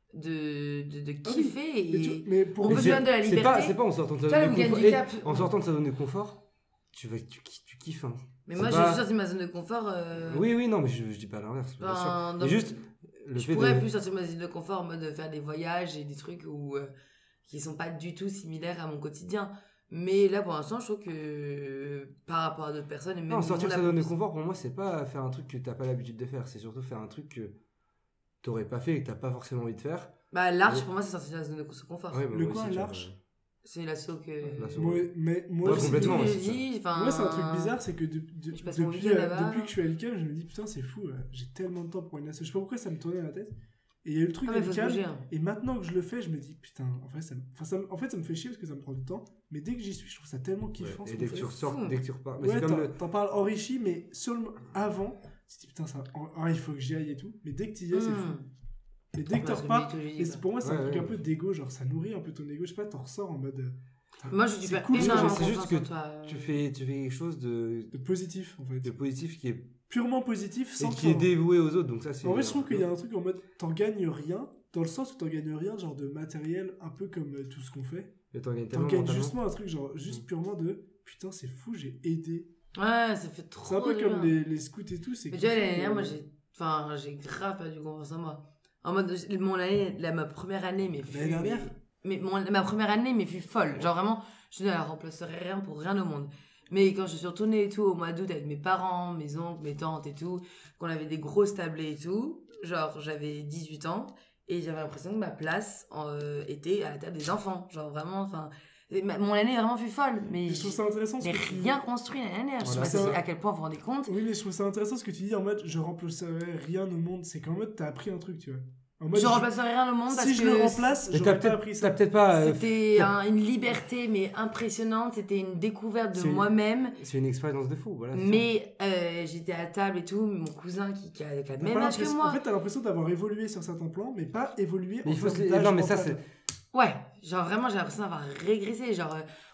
[SPEAKER 3] de, de, de
[SPEAKER 2] Ah oui,
[SPEAKER 3] kiffer
[SPEAKER 2] Mais,
[SPEAKER 3] et.
[SPEAKER 2] tu- mais pour
[SPEAKER 3] On
[SPEAKER 2] moi,
[SPEAKER 3] peut
[SPEAKER 4] c'est-
[SPEAKER 3] se donner de la
[SPEAKER 4] c'est
[SPEAKER 3] liberté.
[SPEAKER 4] pas, c'est pas en sortant de
[SPEAKER 3] Tu
[SPEAKER 4] ta
[SPEAKER 3] vois,
[SPEAKER 4] zone
[SPEAKER 3] le
[SPEAKER 4] de confort.
[SPEAKER 3] handicap.
[SPEAKER 4] Eh, en sortant de sa zone de confort, tu, vas, tu, ki- tu kiffes. Hein.
[SPEAKER 3] Mais
[SPEAKER 4] C'est
[SPEAKER 3] moi,
[SPEAKER 4] pas-
[SPEAKER 3] je suis sortie de ma zone de confort. euh,
[SPEAKER 4] Oui, oui, non, mais je, je dis pas l'inverse. bien sûr.
[SPEAKER 3] enfin, dans-
[SPEAKER 4] Mais juste, le
[SPEAKER 3] je
[SPEAKER 4] fait
[SPEAKER 3] pourrais
[SPEAKER 4] de.
[SPEAKER 3] plus sortir de ma zone de confort en mode de faire des voyages et des trucs où, euh, qui sont pas du tout similaires à mon quotidien. Mais là, pour l'instant, je trouve que par rapport à d'autres personnes, et même
[SPEAKER 4] Non, sortir de
[SPEAKER 3] mon
[SPEAKER 4] sa zone de
[SPEAKER 3] apprentissage-
[SPEAKER 4] confort, pour moi, c'est pas faire un truc que t'as pas l'habitude de faire. C'est surtout faire un truc que t'aurais pas fait et que t'as pas forcément envie de faire.
[SPEAKER 3] Bah, l'arche,
[SPEAKER 4] Ouais.
[SPEAKER 3] pour moi, c'est sortir de la zone de confort.
[SPEAKER 4] Ouais, bah,
[SPEAKER 2] Le
[SPEAKER 4] moi
[SPEAKER 2] quoi,
[SPEAKER 4] aussi, tu vois,
[SPEAKER 2] l'arche
[SPEAKER 3] C'est l'assaut que.
[SPEAKER 4] L'assaut.
[SPEAKER 2] moi, mais moi,
[SPEAKER 4] Ouais,
[SPEAKER 2] je-
[SPEAKER 4] complètement,
[SPEAKER 3] D'où
[SPEAKER 4] ouais,
[SPEAKER 3] je
[SPEAKER 4] c'est ça.
[SPEAKER 3] vis, enfin,
[SPEAKER 2] moi, c'est un truc bizarre, c'est que de- de-
[SPEAKER 3] Je passe mon
[SPEAKER 2] depuis,
[SPEAKER 3] week-end
[SPEAKER 2] euh,
[SPEAKER 3] là-bas.
[SPEAKER 2] depuis que je suis à l'I C A M, je me dis putain c'est fou, euh, j'ai tellement de temps pour une asso. Je sais pas pourquoi ça me tournait à la tête. Et il y a eu le truc
[SPEAKER 3] Ah,
[SPEAKER 2] de
[SPEAKER 3] mais faut
[SPEAKER 2] l'I
[SPEAKER 3] se
[SPEAKER 2] C A M,
[SPEAKER 3] bouger. hein.
[SPEAKER 2] et maintenant que je le fais, je me dis putain, en fait ça me, enfin, ça me- en fait, ça me fait chier parce que ça me prend du temps. Mais dès que j'y suis, je trouve ça tellement kiffant.
[SPEAKER 4] Ouais,
[SPEAKER 2] ce
[SPEAKER 4] et dès
[SPEAKER 2] qu'on
[SPEAKER 4] que
[SPEAKER 2] fait.
[SPEAKER 4] tu ressors,
[SPEAKER 3] fou.
[SPEAKER 4] dès que tu repars. Mais
[SPEAKER 2] Ouais,
[SPEAKER 4] c'est comme
[SPEAKER 2] t'en
[SPEAKER 4] le.
[SPEAKER 2] t'en parles enrichi, mais seulement avant, tu te dis putain, ça, en- ah, il faut que j'y aille et tout. Mais dès que tu y es, c'est fou.
[SPEAKER 3] Hmm.
[SPEAKER 2] Mais dès que tu
[SPEAKER 3] Bah, c'est
[SPEAKER 2] repars,
[SPEAKER 3] le mytho, j'ai dit,
[SPEAKER 2] et c'est-
[SPEAKER 3] quoi.
[SPEAKER 2] pour moi, c'est
[SPEAKER 4] Ouais,
[SPEAKER 2] un truc
[SPEAKER 4] ouais,
[SPEAKER 2] un
[SPEAKER 4] ouais.
[SPEAKER 2] peu d'égo, genre ça nourrit un peu ton égo. Je sais pas, t'en ressors en mode. euh,
[SPEAKER 3] Moi, je dis
[SPEAKER 2] c'est
[SPEAKER 3] pas
[SPEAKER 2] cool,
[SPEAKER 3] énormément
[SPEAKER 2] mais
[SPEAKER 4] c'est juste
[SPEAKER 3] confiance en
[SPEAKER 4] que
[SPEAKER 3] toi. euh.
[SPEAKER 4] Tu fais, tu fais quelque chose de,
[SPEAKER 2] de positif en fait.
[SPEAKER 4] de positif qui est,
[SPEAKER 2] Purement positif,
[SPEAKER 4] et
[SPEAKER 2] sans
[SPEAKER 4] qui est
[SPEAKER 2] t'en-
[SPEAKER 4] dévoué aux autres. Donc ça, c'est.
[SPEAKER 2] En vrai, je trouve qu'il y a un truc en mode t'en gagnes rien, dans le sens où t'en gagnes rien, genre de matériel, un peu comme euh, tout ce qu'on fait.
[SPEAKER 4] Mais t'en gagnes
[SPEAKER 2] T'en
[SPEAKER 4] tellement
[SPEAKER 2] gagnes
[SPEAKER 4] mentalement.
[SPEAKER 2] justement un truc, genre juste
[SPEAKER 4] Mm.
[SPEAKER 2] purement de putain, c'est fou, j'ai aidé.
[SPEAKER 3] Ouais, ça fait trop.
[SPEAKER 2] C'est un peu
[SPEAKER 3] de
[SPEAKER 2] comme
[SPEAKER 3] bien.
[SPEAKER 2] les, les scouts et tout. c'est
[SPEAKER 3] Mais tu vois,
[SPEAKER 2] kiffant,
[SPEAKER 3] l'année dernière,
[SPEAKER 2] mais-
[SPEAKER 3] moi, j'ai. Enfin, j'ai grave perdu confiance en moi. En mode, mon année, la, ma première année, mais fut.
[SPEAKER 2] L'année dernière
[SPEAKER 3] mais mon, ma première année, mais fut folle. Genre vraiment, je ne la remplacerai rien pour rien au monde. Mais quand je suis retournée et tout au mois d'août avec mes parents, mes oncles, mes tantes et tout, qu'on avait des grosses tablées et tout, genre j'avais dix-huit ans et j'avais l'impression que ma place euh, était à la table des enfants. Genre vraiment, enfin. et ma- Mon année vraiment fut folle. Mais
[SPEAKER 2] Et je trouve ça intéressant ce
[SPEAKER 3] j'ai
[SPEAKER 2] que tu
[SPEAKER 3] rien construit l'année dernière. Je sais
[SPEAKER 4] Voilà,
[SPEAKER 3] pas
[SPEAKER 2] c'est
[SPEAKER 3] si-
[SPEAKER 2] vrai.
[SPEAKER 3] à quel point vous vous rendez compte.
[SPEAKER 2] Oui, mais je trouve ça intéressant ce que tu dis en mode je remplacerai rien au monde. C'est qu'en mode t'as appris un truc, tu vois. En mode,
[SPEAKER 3] Je remplacerai rien au monde parce
[SPEAKER 2] si je
[SPEAKER 3] que.
[SPEAKER 2] le remplace,
[SPEAKER 4] Mais
[SPEAKER 2] j'aurais
[SPEAKER 4] t'as
[SPEAKER 2] pas
[SPEAKER 4] peut-être,
[SPEAKER 2] appris
[SPEAKER 4] t'as
[SPEAKER 2] ça.
[SPEAKER 4] peut-être pas. euh,
[SPEAKER 3] C'était
[SPEAKER 4] t'as-
[SPEAKER 3] un- une liberté, mais impressionnante. C'était une découverte de
[SPEAKER 4] C'est une-
[SPEAKER 3] moi-même.
[SPEAKER 4] C'est une expérience de fou, voilà. c'est ça.
[SPEAKER 3] Mais euh, j'étais à table et tout. Mon cousin qui, qui a, qui a le
[SPEAKER 2] T'as
[SPEAKER 3] même
[SPEAKER 2] pas
[SPEAKER 3] âge que
[SPEAKER 2] l'impression-
[SPEAKER 3] moi.
[SPEAKER 2] En fait, t'as l'impression d'avoir évolué sur certains plans, mais pas évolué
[SPEAKER 4] Mais
[SPEAKER 2] en
[SPEAKER 4] il faut se-
[SPEAKER 2] termes d'âge
[SPEAKER 4] non, mais ça,
[SPEAKER 2] mental.
[SPEAKER 4] c'est.
[SPEAKER 3] Ouais, genre vraiment, j'ai l'impression d'avoir régressé. Genre, euh,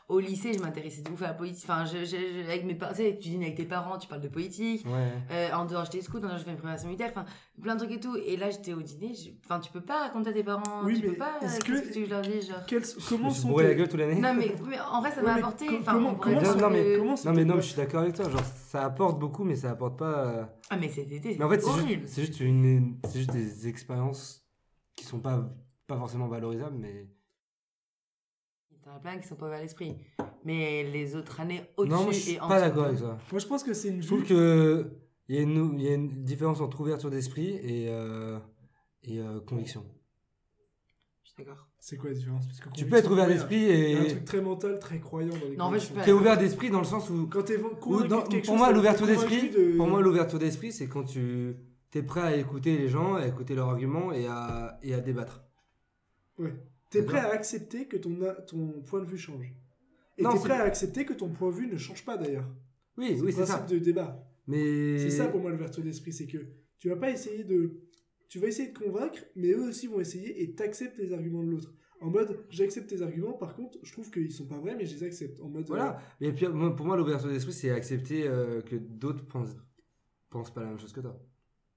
[SPEAKER 3] Au lycée, je m'intéressais de ouf à la politique. Enfin, je, je, je- avec mes parents, tu sais, tu dînes avec tes parents, tu parles de politique.
[SPEAKER 4] Ouais.
[SPEAKER 3] Euh, en dehors, j'étais scout, en dehors, je fais une préparation militaire. Enfin, plein de trucs et tout. Et là, j'étais au dîner. je- Enfin, tu peux pas raconter à tes parents.
[SPEAKER 2] Oui,
[SPEAKER 3] tu
[SPEAKER 2] mais
[SPEAKER 3] peux pas.
[SPEAKER 2] est-ce
[SPEAKER 3] euh,
[SPEAKER 2] que-
[SPEAKER 3] Qu'est-ce que tu veux que je leur dise, genre.
[SPEAKER 2] Quels-
[SPEAKER 4] Je
[SPEAKER 2] Comment
[SPEAKER 4] me suis
[SPEAKER 2] sont
[SPEAKER 4] bourré la
[SPEAKER 2] tes...
[SPEAKER 4] gueule toute l'année.
[SPEAKER 3] Non, mais, mais en vrai, ça
[SPEAKER 2] Ouais,
[SPEAKER 3] m'a
[SPEAKER 2] mais
[SPEAKER 3] apporté.
[SPEAKER 2] co-
[SPEAKER 3] Enfin,
[SPEAKER 2] comment-
[SPEAKER 3] on pourrait
[SPEAKER 2] comment
[SPEAKER 3] dire
[SPEAKER 4] ça- non, mais-
[SPEAKER 3] que-
[SPEAKER 2] comment sont
[SPEAKER 4] Non mais
[SPEAKER 2] tes
[SPEAKER 4] non,
[SPEAKER 2] potes
[SPEAKER 4] je suis d'accord avec toi. Genre, ça apporte beaucoup, mais ça apporte pas. euh,
[SPEAKER 3] Ah, mais cet été,
[SPEAKER 4] Mais en fait, c'est
[SPEAKER 3] horrible.
[SPEAKER 4] juste, c'est juste une, c'est juste des expériences qui sont pas, pas forcément valorisables, mais.
[SPEAKER 3] T'en as plein qui sont pas ouverts à l'esprit. Mais les autres années
[SPEAKER 4] Non, moi, je
[SPEAKER 3] au-dessus
[SPEAKER 4] suis
[SPEAKER 3] et en
[SPEAKER 4] pas
[SPEAKER 3] dessous
[SPEAKER 4] d'accord
[SPEAKER 3] de-
[SPEAKER 4] avec ça.
[SPEAKER 2] Moi, je pense que c'est une
[SPEAKER 4] Je trouve
[SPEAKER 2] vue...
[SPEAKER 4] que il y a une, il y a une différence entre ouverture d'esprit et euh, et euh, conviction.
[SPEAKER 3] Je suis d'accord.
[SPEAKER 2] C'est quoi la différence? Parce que
[SPEAKER 4] Tu
[SPEAKER 2] conviction,
[SPEAKER 4] peux être ouvert
[SPEAKER 2] ouais,
[SPEAKER 4] d'esprit
[SPEAKER 2] Il y a un
[SPEAKER 4] et
[SPEAKER 2] truc très mental, très croyant dans les
[SPEAKER 3] Non, en fait, je suis
[SPEAKER 2] convictions.
[SPEAKER 3] pas-
[SPEAKER 4] t'es ouvert d'esprit dans le sens où,
[SPEAKER 2] Quand t'es
[SPEAKER 4] où
[SPEAKER 2] convaincu
[SPEAKER 4] dans-
[SPEAKER 2] de quelque
[SPEAKER 4] pour
[SPEAKER 2] chose,
[SPEAKER 4] moi
[SPEAKER 2] t'es
[SPEAKER 4] l'ouverture
[SPEAKER 2] convaincu
[SPEAKER 4] d'esprit,
[SPEAKER 2] de-
[SPEAKER 4] pour moi l'ouverture d'esprit, c'est quand tu t'es prêt à écouter les gens, à écouter leurs arguments et à et à débattre.
[SPEAKER 2] Ouais. T'es
[SPEAKER 4] D'accord.
[SPEAKER 2] prêt à accepter que ton, a- ton point de vue change. Et
[SPEAKER 4] Non,
[SPEAKER 2] t'es
[SPEAKER 4] c'est-
[SPEAKER 2] prêt à accepter que ton point de vue ne change pas d'ailleurs.
[SPEAKER 4] Oui,
[SPEAKER 2] C'est
[SPEAKER 4] oui,
[SPEAKER 2] le
[SPEAKER 4] c'est ça.
[SPEAKER 2] principe de débat.
[SPEAKER 4] Mais
[SPEAKER 2] C'est ça pour moi l'ouverture d'esprit, c'est que tu vas pas essayer de... Tu vas essayer de convaincre, mais eux aussi vont essayer et t'acceptes les arguments de l'autre. En mode, j'accepte tes arguments, par contre, je trouve qu'ils sont pas vrais, mais je les accepte. En mode,
[SPEAKER 4] Voilà. Et puis moi, pour moi, l'ouverture d'esprit, c'est accepter euh, que d'autres pensent, pensent pas la même chose que toi.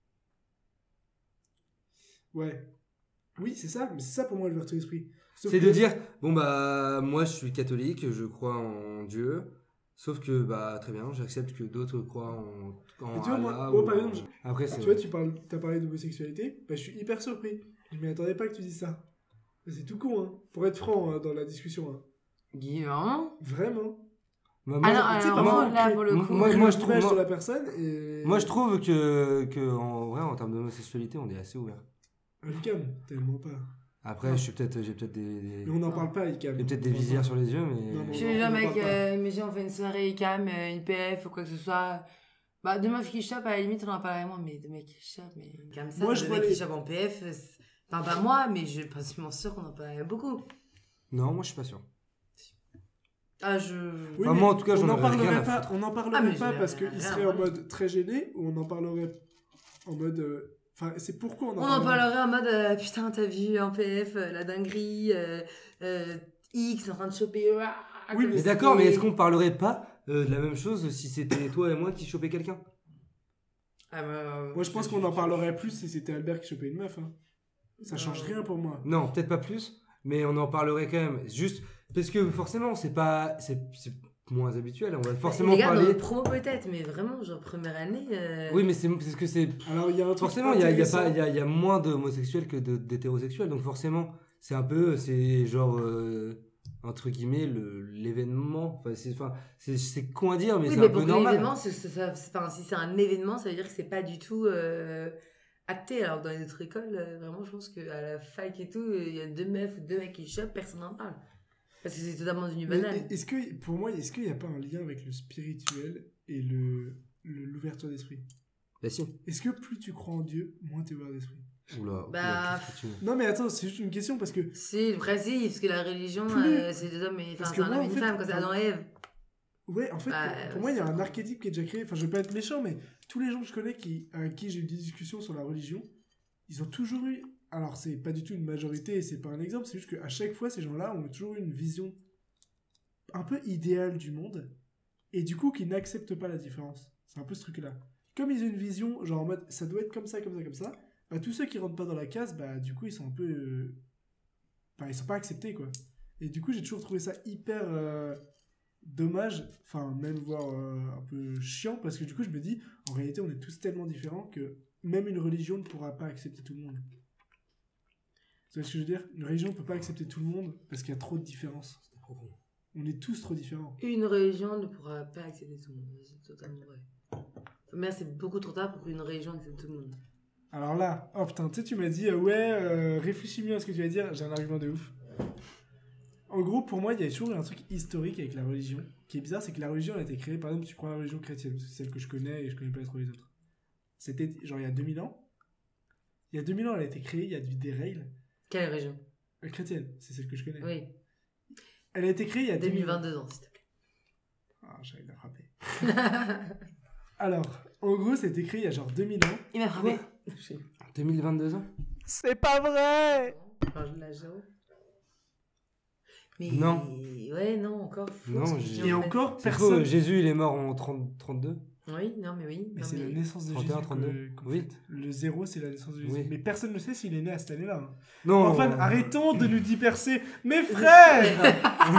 [SPEAKER 2] euh, ouais. Oui, c'est ça, mais c'est ça pour moi l'ouverture d'esprit. Sauf
[SPEAKER 4] C'est
[SPEAKER 2] que-
[SPEAKER 4] de dire, bon bah, moi je suis catholique, je crois en Dieu, sauf que bah, très bien, j'accepte que d'autres croient en, en
[SPEAKER 2] Mais tu vois, moi-
[SPEAKER 4] Allah
[SPEAKER 2] moi,
[SPEAKER 4] ou
[SPEAKER 2] par
[SPEAKER 4] en-
[SPEAKER 2] exemple,
[SPEAKER 4] Après, c'est...
[SPEAKER 2] Tu vois, tu parles, t'as parlé d'homosexualité, bah, je suis hyper surpris. Je m'y attendais pas que tu dises ça. C'est tout con, hein. Pour être franc hein, dans la discussion. Hein.
[SPEAKER 3] Guillaume.
[SPEAKER 2] Vraiment.
[SPEAKER 4] Bah, moi,
[SPEAKER 3] Alors,
[SPEAKER 4] je-
[SPEAKER 2] tu sais,
[SPEAKER 3] alors,
[SPEAKER 2] parfois,
[SPEAKER 3] moi, là,
[SPEAKER 2] on
[SPEAKER 3] pour le
[SPEAKER 4] crée-
[SPEAKER 3] coup.
[SPEAKER 4] moi-
[SPEAKER 2] Moi,
[SPEAKER 4] moi,
[SPEAKER 2] je
[SPEAKER 4] je
[SPEAKER 2] trouve
[SPEAKER 4] trouve-
[SPEAKER 2] de la personne et...
[SPEAKER 4] moi, je trouve que, que en vrai, en termes d'homosexualité, on est assez ouvert.
[SPEAKER 2] Ah, Lucam, tellement pas.
[SPEAKER 4] Après,
[SPEAKER 2] Non.
[SPEAKER 4] je suis peut-être, j'ai peut-être des, des-
[SPEAKER 2] Mais on n'en parle pas, Lucam.
[SPEAKER 4] j'ai peut-être des visières sur les yeux, mais...
[SPEAKER 2] Non, non.
[SPEAKER 3] Je suis
[SPEAKER 2] on
[SPEAKER 3] déjà
[SPEAKER 2] en
[SPEAKER 3] mec,
[SPEAKER 2] parle pas.
[SPEAKER 3] euh, mais si on fait une soirée I C A M, euh, une P F ou quoi que ce soit. Bah, deux meufs qui chopent, à la limite, on en parlerait moins, mais deux mecs qui chopent, mais comme ça,
[SPEAKER 2] Moi,
[SPEAKER 3] deux
[SPEAKER 2] je
[SPEAKER 3] mecs
[SPEAKER 2] vois
[SPEAKER 3] qui
[SPEAKER 2] les-
[SPEAKER 3] chopent en P F, c'est- enfin, pas moi, mais je suis pratiquement sûre qu'on en parlerait beaucoup.
[SPEAKER 4] Non, moi, je suis pas sûr.
[SPEAKER 3] Ah, je.
[SPEAKER 2] Oui,
[SPEAKER 4] Enfin,
[SPEAKER 2] mais
[SPEAKER 4] moi, en tout cas,
[SPEAKER 2] on
[SPEAKER 4] j'en
[SPEAKER 2] n'en
[SPEAKER 4] aurais rien
[SPEAKER 2] parlerait
[SPEAKER 4] à
[SPEAKER 2] pas,
[SPEAKER 4] foutre.
[SPEAKER 2] on n'en
[SPEAKER 3] Ah,
[SPEAKER 2] parlerait
[SPEAKER 3] mais
[SPEAKER 2] pas
[SPEAKER 3] j'ai
[SPEAKER 2] parce
[SPEAKER 3] rien
[SPEAKER 2] qu'il
[SPEAKER 3] à
[SPEAKER 2] serait en
[SPEAKER 3] branler.
[SPEAKER 2] mode très gêné ou on en parlerait en mode... euh, Enfin, c'est pourquoi on en
[SPEAKER 3] On en
[SPEAKER 2] parlerait.
[SPEAKER 3] parlerait en mode euh, putain, t'as vu en P F euh, la dinguerie, euh, euh, X en train de choper. ouah,
[SPEAKER 2] Oui,
[SPEAKER 3] comme
[SPEAKER 4] Mais
[SPEAKER 3] si-
[SPEAKER 4] d'accord, mais est-ce qu'on parlerait pas euh, de la même chose si c'était toi et moi qui chopaient quelqu'un?
[SPEAKER 3] Ah, bah,
[SPEAKER 2] Moi, je pense qu'on en parlerait plus si c'était Albert qui chopait une meuf. Hein. Ça change
[SPEAKER 3] Euh,
[SPEAKER 2] rien pour moi.
[SPEAKER 4] Non, peut-être pas plus, mais on en parlerait quand même. Juste parce que forcément, c'est pas, c'est, c'est moins habituel. On va forcément
[SPEAKER 3] les gars, dans
[SPEAKER 4] parler.
[SPEAKER 3] notre promo peut-être, mais vraiment, genre première année. euh,
[SPEAKER 4] Oui, mais c'est parce que c'est
[SPEAKER 2] Alors, il y a un truc
[SPEAKER 4] forcément, il y a, il y a
[SPEAKER 2] intéressant.
[SPEAKER 4] pas, il y a, il y a moins d'homosexuels que de- d'hétérosexuels, donc forcément, c'est un peu, c'est genre euh, entre guillemets le l'événement. Enfin, c'est, enfin, c'est, c'est con à dire, mais
[SPEAKER 3] oui,
[SPEAKER 4] c'est
[SPEAKER 3] mais
[SPEAKER 4] un
[SPEAKER 3] pour
[SPEAKER 4] peu
[SPEAKER 3] que
[SPEAKER 4] normal.
[SPEAKER 3] l'événement, c'est- c'est- ça- c'est- enfin, si c'est un événement, ça veut dire que c'est pas du tout euh, acté. Alors que dans les autres écoles, euh, vraiment, je pense qu'à la fac et tout, il y a deux meufs ou deux mecs qui chopent, personne n'en parle. Parce que c'est totalement devenu
[SPEAKER 2] Mais
[SPEAKER 3] banal.
[SPEAKER 2] est-ce que, pour moi, est-ce qu'il n'y a pas un lien avec le spirituel et le le- l'ouverture d'esprit?
[SPEAKER 4] Bah si.
[SPEAKER 2] Est-ce que plus tu crois en Dieu, moins tu es ouvert d'esprit?
[SPEAKER 4] Oula.
[SPEAKER 3] Bah,
[SPEAKER 4] oula, qu'est-ce que tu-
[SPEAKER 2] Non, mais attends, c'est juste une question parce que.
[SPEAKER 3] Si, le principe, parce que la religion,
[SPEAKER 2] Plus-
[SPEAKER 3] euh, c'est deux hommes et
[SPEAKER 2] Parce
[SPEAKER 3] enfin,
[SPEAKER 2] que
[SPEAKER 3] c'est un
[SPEAKER 2] moi,
[SPEAKER 3] homme et
[SPEAKER 2] en
[SPEAKER 3] une
[SPEAKER 2] fait,
[SPEAKER 3] femme, quand c'est Adam et Ève.
[SPEAKER 2] Ouais, en fait,
[SPEAKER 3] Bah,
[SPEAKER 2] pour, pour moi, il y a
[SPEAKER 3] c'est
[SPEAKER 2] un
[SPEAKER 3] ça.
[SPEAKER 2] archétype qui est déjà créé. Enfin, je vais pas être méchant, mais tous les gens que je connais qui, avec qui j'ai eu des discussions sur la religion, ils ont toujours eu. Alors, c'est pas du tout une majorité et c'est pas un exemple, c'est juste qu'à chaque fois, ces gens-là ont toujours eu une vision un peu idéale du monde et du coup, qui n'acceptent pas la différence. C'est un peu ce truc-là. Comme ils ont une vision, genre en mode ça doit être comme ça, comme ça, comme ça, bah, tous ceux qui rentrent pas dans la case, bah, du coup, ils sont un peu. euh, Enfin, ils sont pas acceptés, quoi. Et du coup, j'ai toujours trouvé ça hyper. euh, dommage, enfin même voire euh, un peu chiant, parce que du coup je me dis, en réalité on est tous tellement différents que même une religion ne pourra pas accepter tout le monde. Tu vois ce que je veux dire? Une religion ne peut pas accepter tout le monde parce qu'il y a trop de différences. On est tous trop différents.
[SPEAKER 3] Une religion ne pourra pas accepter tout le monde. C'est totalement vrai. Mais c'est beaucoup trop tard pour qu'une religion accepte tout le monde.
[SPEAKER 2] Alors là, oh putain, tu sais, tu m'as dit, euh, ouais, euh, réfléchis mieux à ce que tu vas dire, j'ai un argument de ouf. En gros, pour moi, il y a toujours un truc historique avec la religion. Qui est bizarre, c'est que la religion a été créée, par exemple, tu prends la religion chrétienne, c'est celle que je connais et je connais pas trop les autres. C'était genre il y a deux mille ans. Il y a deux mille ans, elle a été créée, il y a des règles.
[SPEAKER 3] Quelle religion?
[SPEAKER 2] Euh, chrétienne, c'est celle que je connais.
[SPEAKER 3] Oui.
[SPEAKER 2] Elle a été créée il y a
[SPEAKER 3] deux mille
[SPEAKER 2] deux mille ans.
[SPEAKER 3] vingt-deux ans, s'il te plaît.
[SPEAKER 2] Ah, j'arrive à frapper. Alors, en gros, ça a été créé il y a genre deux mille ans.
[SPEAKER 3] Il m'a frappé.
[SPEAKER 4] deux mille vingt-deux ans?
[SPEAKER 2] C'est pas vrai!
[SPEAKER 3] Alors, je la zéro. Mais...
[SPEAKER 4] Non.
[SPEAKER 3] Ouais, non, encore. faux,
[SPEAKER 4] Non,
[SPEAKER 3] ce que
[SPEAKER 4] j'ai-
[SPEAKER 3] je dis,
[SPEAKER 2] Et
[SPEAKER 3] en fait.
[SPEAKER 2] encore,
[SPEAKER 4] C'est faux,
[SPEAKER 2] personne.
[SPEAKER 4] Jésus, il est mort en trente, trente-deux.
[SPEAKER 3] Oui, non, mais oui.
[SPEAKER 2] Mais
[SPEAKER 3] non,
[SPEAKER 2] c'est
[SPEAKER 3] mais-
[SPEAKER 2] la naissance de
[SPEAKER 4] trente et un,
[SPEAKER 2] Jésus.
[SPEAKER 4] trente-deux.
[SPEAKER 2] que- qu'en
[SPEAKER 4] Oui.
[SPEAKER 2] fait, le zéro, c'est la naissance de Jésus.
[SPEAKER 4] Oui.
[SPEAKER 2] Mais personne ne sait s'il est né à cette année-là. hein.
[SPEAKER 4] Non.
[SPEAKER 2] Enfin, arrêtons de nous disperser. Mes frères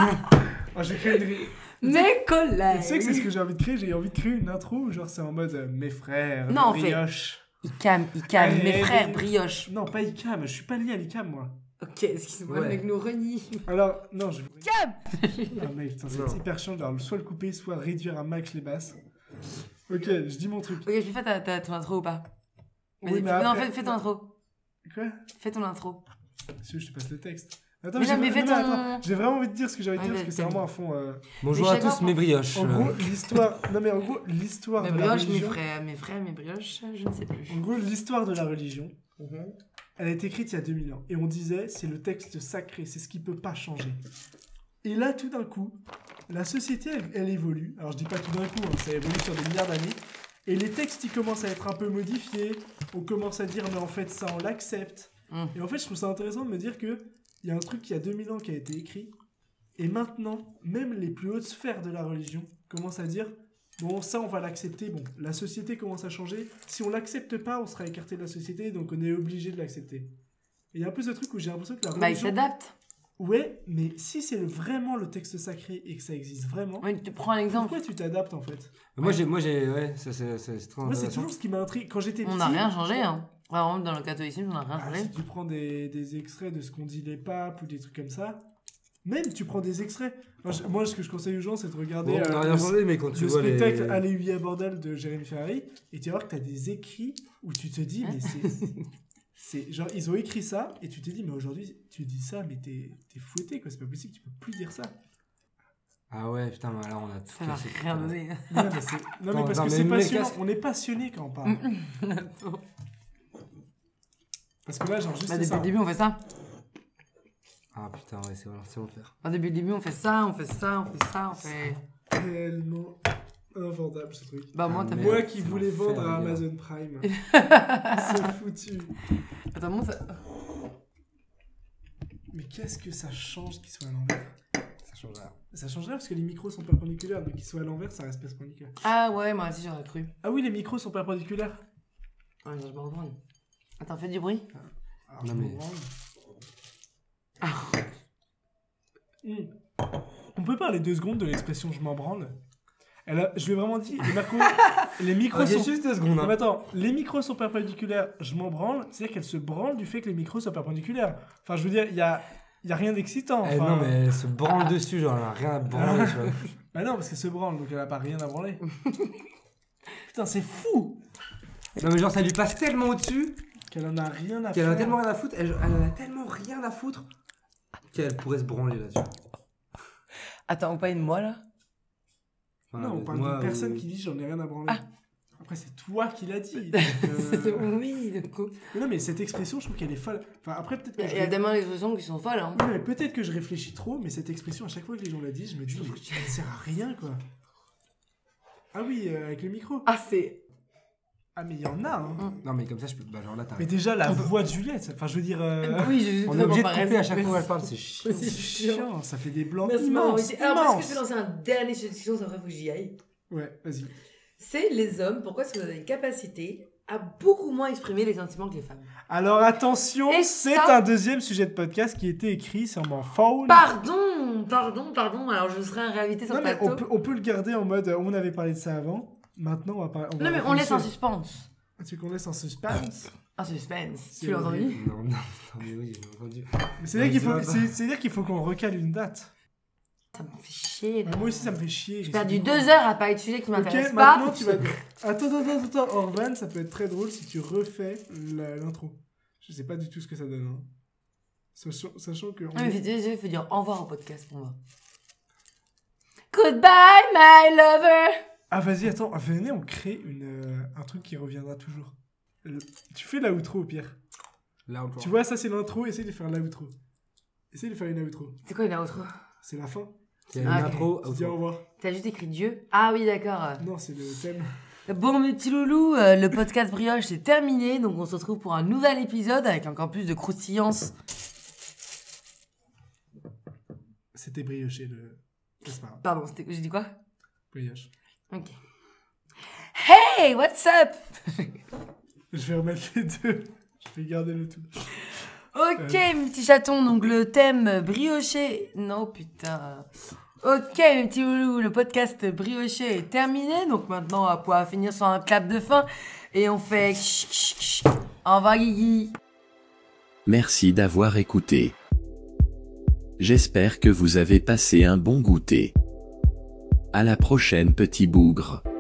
[SPEAKER 2] oh, j'ai créé une... ré-
[SPEAKER 3] Mes collègues.
[SPEAKER 2] Tu sais que c'est ce que j'ai envie de créer. J'ai envie de créer une intro où genre c'est en mode euh, mes frères,
[SPEAKER 3] Non, en fait.
[SPEAKER 2] brioche.
[SPEAKER 3] Icam, Icam,
[SPEAKER 2] Allez,
[SPEAKER 3] mes frères,
[SPEAKER 2] mais-
[SPEAKER 3] brioche.
[SPEAKER 2] Non, pas Icam. Je suis pas lié à l'Icam, moi.
[SPEAKER 3] Ok, excuse-moi,
[SPEAKER 4] Ouais.
[SPEAKER 3] le mec nous renie.
[SPEAKER 2] Alors, non, je...
[SPEAKER 3] Icam.
[SPEAKER 2] Ah mec, putain,
[SPEAKER 4] Non.
[SPEAKER 2] c'est hyper chiant de soit le couper, soit réduire à max les basses. Ok, je dis mon truc.
[SPEAKER 3] Ok, je fais ta, ta, ton intro ou pas?
[SPEAKER 2] Oui,
[SPEAKER 3] Vas-y,
[SPEAKER 2] mais
[SPEAKER 3] fais- Non,
[SPEAKER 2] après-
[SPEAKER 3] fais, fais ton intro.
[SPEAKER 2] Quoi?
[SPEAKER 3] Fais ton intro.
[SPEAKER 2] Si je te passe le texte. Attends,
[SPEAKER 3] Mais
[SPEAKER 2] j'ai
[SPEAKER 3] non, mais
[SPEAKER 2] non,
[SPEAKER 3] fais
[SPEAKER 2] mais
[SPEAKER 3] ton-
[SPEAKER 2] attends, j'ai vraiment envie de dire ce que j'ai envie de
[SPEAKER 3] Ouais,
[SPEAKER 2] dire parce que
[SPEAKER 3] vas-y,
[SPEAKER 2] c'est vraiment
[SPEAKER 3] vas-y.
[SPEAKER 2] à fond. euh,
[SPEAKER 4] Bonjour
[SPEAKER 3] Mais
[SPEAKER 4] à
[SPEAKER 3] chacun
[SPEAKER 4] tous, mes brioches.
[SPEAKER 2] En gros, l'histoire. Non, mais en gros, l'histoire
[SPEAKER 3] Mes
[SPEAKER 2] de la
[SPEAKER 3] brioches, mes
[SPEAKER 2] religion.
[SPEAKER 3] frères, mes frères, mes brioches, je ne sais plus.
[SPEAKER 2] En gros, l'histoire de la religion, elle a été écrite il y a deux mille ans. Et on disait, c'est le texte sacré, c'est ce qui peut pas changer. Et là, tout d'un coup, la société, elle, elle évolue. Alors, je dis pas tout d'un coup, hein, ça évolue sur des milliards d'années. Et les textes, ils commencent à être un peu modifiés. On commence à dire, mais en fait, ça, on l'accepte.
[SPEAKER 3] Mm.
[SPEAKER 2] Et en fait, je trouve ça intéressant de me dire que il y a un truc qui a deux mille ans qui a été écrit. Et maintenant, même les plus hautes sphères de la religion commencent à dire, bon, ça, on va l'accepter. Bon, la société commence à changer. Si on l'accepte pas, on sera écarté de la société, donc on est obligé de l'accepter. Et il y a un peu ce truc où j'ai l'impression que la
[SPEAKER 3] Bah, il
[SPEAKER 2] religion...
[SPEAKER 3] s'adapte.
[SPEAKER 2] Ouais, mais si c'est le- vraiment le texte sacré et que ça existe vraiment,
[SPEAKER 3] Oui, tu prends un exemple.
[SPEAKER 2] pourquoi tu t'adaptes en fait?
[SPEAKER 4] Moi, j'ai, moi, j'ai, ouais, ça, c'est, c'est, c'est très
[SPEAKER 2] Moi, c'est
[SPEAKER 4] intéressant.
[SPEAKER 2] toujours ce qui m'a intrigué. Quand j'étais petit...
[SPEAKER 3] On n'a rien changé, hein. Vraiment, dans le catholicisme, on n'a rien
[SPEAKER 2] Ah,
[SPEAKER 3] changé.
[SPEAKER 2] si tu prends des, des extraits de ce qu'ont dit les papes ou des trucs comme ça, même tu prends des extraits. Moi, je- moi, ce que je conseille aux gens, c'est de regarder
[SPEAKER 4] Bon, on
[SPEAKER 2] euh,
[SPEAKER 4] n'a rien
[SPEAKER 2] le,
[SPEAKER 4] changé, mais quand tu
[SPEAKER 2] le
[SPEAKER 4] vois les...
[SPEAKER 2] spectacle Alléluia Bordel de Jérémy Ferrari, et tu vas voir que tu as des écrits où tu te dis, mais c'est... c'est genre, ils ont écrit ça, et tu te dis, mais aujourd'hui, tu dis ça, mais t'es t'es fouetté, quoi. C'est pas possible, tu peux plus dire ça.
[SPEAKER 4] Ah ouais, putain, mais là, on a tout
[SPEAKER 3] Ça va
[SPEAKER 4] cassé.
[SPEAKER 3] rien donner.
[SPEAKER 2] Non, mais, c'est- non, mais
[SPEAKER 4] Attends,
[SPEAKER 2] parce
[SPEAKER 4] non,
[SPEAKER 2] que
[SPEAKER 4] mais
[SPEAKER 2] c'est
[SPEAKER 4] mets le
[SPEAKER 2] passionnant.
[SPEAKER 4] casque.
[SPEAKER 2] On est passionné quand on parle. Parce que là, genre, juste
[SPEAKER 3] Bah,
[SPEAKER 2] c'est
[SPEAKER 3] depuis
[SPEAKER 2] ça.
[SPEAKER 3] le début, on fait ça.
[SPEAKER 4] Ah putain, ouais, c'est vrai, c'est bon le faire.
[SPEAKER 3] Bah, depuis le début, on fait ça, on fait ça, on fait ça, on fait.
[SPEAKER 2] Tellement invendable, ce truc.
[SPEAKER 3] Bah, moi, t'as
[SPEAKER 4] Ah,
[SPEAKER 3] fait.
[SPEAKER 4] merde.
[SPEAKER 2] Moi qui
[SPEAKER 4] c'est
[SPEAKER 2] voulais
[SPEAKER 4] l'enfer,
[SPEAKER 2] vendre à
[SPEAKER 4] les gars.
[SPEAKER 2] Amazon Prime. C'est foutu.
[SPEAKER 3] Attends, moi, ça.
[SPEAKER 2] Mais qu'est-ce que ça change qu'il soit à l'envers?
[SPEAKER 4] Ça change rien.
[SPEAKER 2] Ça change rien parce que les micros sont perpendiculaires, donc qu'ils soient à l'envers, ça reste perpendiculaire.
[SPEAKER 3] Ah ouais, moi aussi, j'aurais cru.
[SPEAKER 2] Ah oui, les micros sont perpendiculaires.
[SPEAKER 3] Ouais, je me retourne. Attends, fais du bruit.
[SPEAKER 2] Alors,
[SPEAKER 4] Non,
[SPEAKER 2] je me
[SPEAKER 4] mais-
[SPEAKER 2] branle. Hmm. On peut parler deux secondes de l'expression je m'en branle. Elle a- Je lui ai vraiment dit, les, micros, les micros
[SPEAKER 4] Ok,
[SPEAKER 2] sont...
[SPEAKER 4] juste deux secondes.
[SPEAKER 2] Non,
[SPEAKER 4] hein.
[SPEAKER 2] mais attends, les micros sont perpendiculaires, je m'en branle, c'est-à-dire qu'elle se branle du fait que les micros soient perpendiculaires. Enfin, je veux dire, il y a, y a rien d'excitant.
[SPEAKER 4] Eh,
[SPEAKER 2] enfin.
[SPEAKER 4] non, mais elle se branle dessus, genre, elle a rien à branler, tu vois.
[SPEAKER 2] Bah non, parce qu'elle se branle, donc elle a pas rien à branler. Putain, c'est fou
[SPEAKER 4] Non, mais genre, ça lui passe tellement au-dessus
[SPEAKER 2] qu'elle en a rien à
[SPEAKER 4] qu'elle en
[SPEAKER 2] faire.
[SPEAKER 4] a tellement rien à foutre, elle, elle en a tellement rien à foutre qu'elle pourrait se branler là-dessus.
[SPEAKER 3] Attends, on parle de moi là.
[SPEAKER 4] Voilà,
[SPEAKER 2] Non, on
[SPEAKER 4] mais
[SPEAKER 2] parle
[SPEAKER 4] moi,
[SPEAKER 2] d'une personne
[SPEAKER 4] euh,
[SPEAKER 2] qui dit j'en ai rien à branler.
[SPEAKER 3] Ah.
[SPEAKER 2] Après, c'est toi qui l'as dit. donc, euh,
[SPEAKER 3] Oui, du coup.
[SPEAKER 2] Mais non, mais cette expression, je trouve qu'elle est folle. Enfin, après, peut-être que,
[SPEAKER 3] Il
[SPEAKER 2] je...
[SPEAKER 3] y a
[SPEAKER 2] ré-
[SPEAKER 3] tellement d'expressions qui sont folles, hein.
[SPEAKER 2] Oui, mais peut-être que je réfléchis trop, mais cette expression, à chaque fois que les gens la disent, je me dis, mais elle sert à rien, quoi. Ah oui, euh, avec le micro.
[SPEAKER 3] Ah, c'est.
[SPEAKER 2] Ah, mais il y en a, hein.
[SPEAKER 4] Non, mais comme ça, je peux. Bah, genre là,
[SPEAKER 2] Mais
[SPEAKER 4] t'arrêtes.
[SPEAKER 2] déjà, la voix de Juliette, enfin, je veux dire... euh,
[SPEAKER 3] Oui, je
[SPEAKER 4] On est obligé de couper à chaque fois où elle parle, c'est chiant.
[SPEAKER 2] C'est chiant, ça fait des blancs
[SPEAKER 3] Merci, maman.
[SPEAKER 2] immenses,
[SPEAKER 3] Alors, moi,
[SPEAKER 2] immenses.
[SPEAKER 3] est-ce que je peux lancer un dernier suggestion, après, faut que j'y aille.
[SPEAKER 2] Ouais, vas-y.
[SPEAKER 3] C'est les hommes, pourquoi est-ce que vous avez une capacité à beaucoup moins exprimer les sentiments que les femmes?
[SPEAKER 2] Alors attention,
[SPEAKER 3] Et
[SPEAKER 2] c'est
[SPEAKER 3] ça-
[SPEAKER 2] un deuxième sujet de podcast qui a été écrit sur mon phone.
[SPEAKER 3] Pardon, pardon, pardon. Alors, je serai un réinvité sur
[SPEAKER 2] Non,
[SPEAKER 3] le
[SPEAKER 2] mais
[SPEAKER 3] plateau.
[SPEAKER 2] on peut, on peut le garder en mode, euh, on avait parlé de ça avant, maintenant on va parler...
[SPEAKER 3] Non, mais on laisse en suspense.
[SPEAKER 2] Tu veux qu'on laisse en suspense?
[SPEAKER 3] Un suspense.
[SPEAKER 2] C'est
[SPEAKER 3] Tu l'as entendu?
[SPEAKER 4] Non, non, non, mais oui, j'ai entendu.
[SPEAKER 2] Mais c'est-à-dire qu'il faut,
[SPEAKER 4] Ouais, ça va
[SPEAKER 2] c'est- c'est-dire qu'il faut qu'on recale une date.
[SPEAKER 3] Ça me fait chier. là.
[SPEAKER 2] Moi aussi ça me fait chier.
[SPEAKER 3] J'ai perdu deux heures à parler de sujets qui
[SPEAKER 2] Ok,
[SPEAKER 3] m'intéressent pas.
[SPEAKER 2] maintenant tu vas... Attends, attends, attends, attends, Orban, ça peut être très drôle si tu refais la- l'intro. Je sais pas du tout ce que ça donne. Hein. Sachant, sachant que... on
[SPEAKER 3] Non, mais
[SPEAKER 2] est-
[SPEAKER 3] il faut dire au revoir au podcast pour moi. Goodbye, my lover.
[SPEAKER 2] Ah vas-y, attends, venez, on crée une, euh, un truc qui reviendra toujours. Le- Tu fais la outro au pire.
[SPEAKER 4] Là, encore.
[SPEAKER 2] Tu vois, ça c'est l'intro, essaye de faire la outro. Essaye de faire une outro.
[SPEAKER 3] C'est quoi une outro?
[SPEAKER 2] C'est la fin.
[SPEAKER 4] C'est une
[SPEAKER 3] Ah, ok.
[SPEAKER 4] intro.
[SPEAKER 2] Tu dis au
[SPEAKER 4] outro.
[SPEAKER 2] revoir.
[SPEAKER 3] T'as juste écrit Dieu? Ah oui, d'accord.
[SPEAKER 2] Non, c'est le thème.
[SPEAKER 3] Bon, mes petits loulous, euh, le podcast Brioche c'est terminé. Donc, on se retrouve pour un nouvel épisode avec encore plus de croustillance.
[SPEAKER 2] C'était brioché, le... C'est pas grave.
[SPEAKER 3] Pardon, c'était... j'ai dit quoi?
[SPEAKER 2] Brioche.
[SPEAKER 3] Ok. Hey, what's up?
[SPEAKER 2] Je vais remettre les deux. Je vais garder le tout.
[SPEAKER 3] Ok, mes petits chatons, donc le thème brioché. Non, putain. Ok, mes petits loulous, le podcast brioché est terminé. Donc maintenant, on va pouvoir finir sur un clap de fin. Et on fait. Au revoir, Guigui.
[SPEAKER 1] Merci d'avoir écouté. J'espère que vous avez passé un bon goûter. À la prochaine, petit bougre.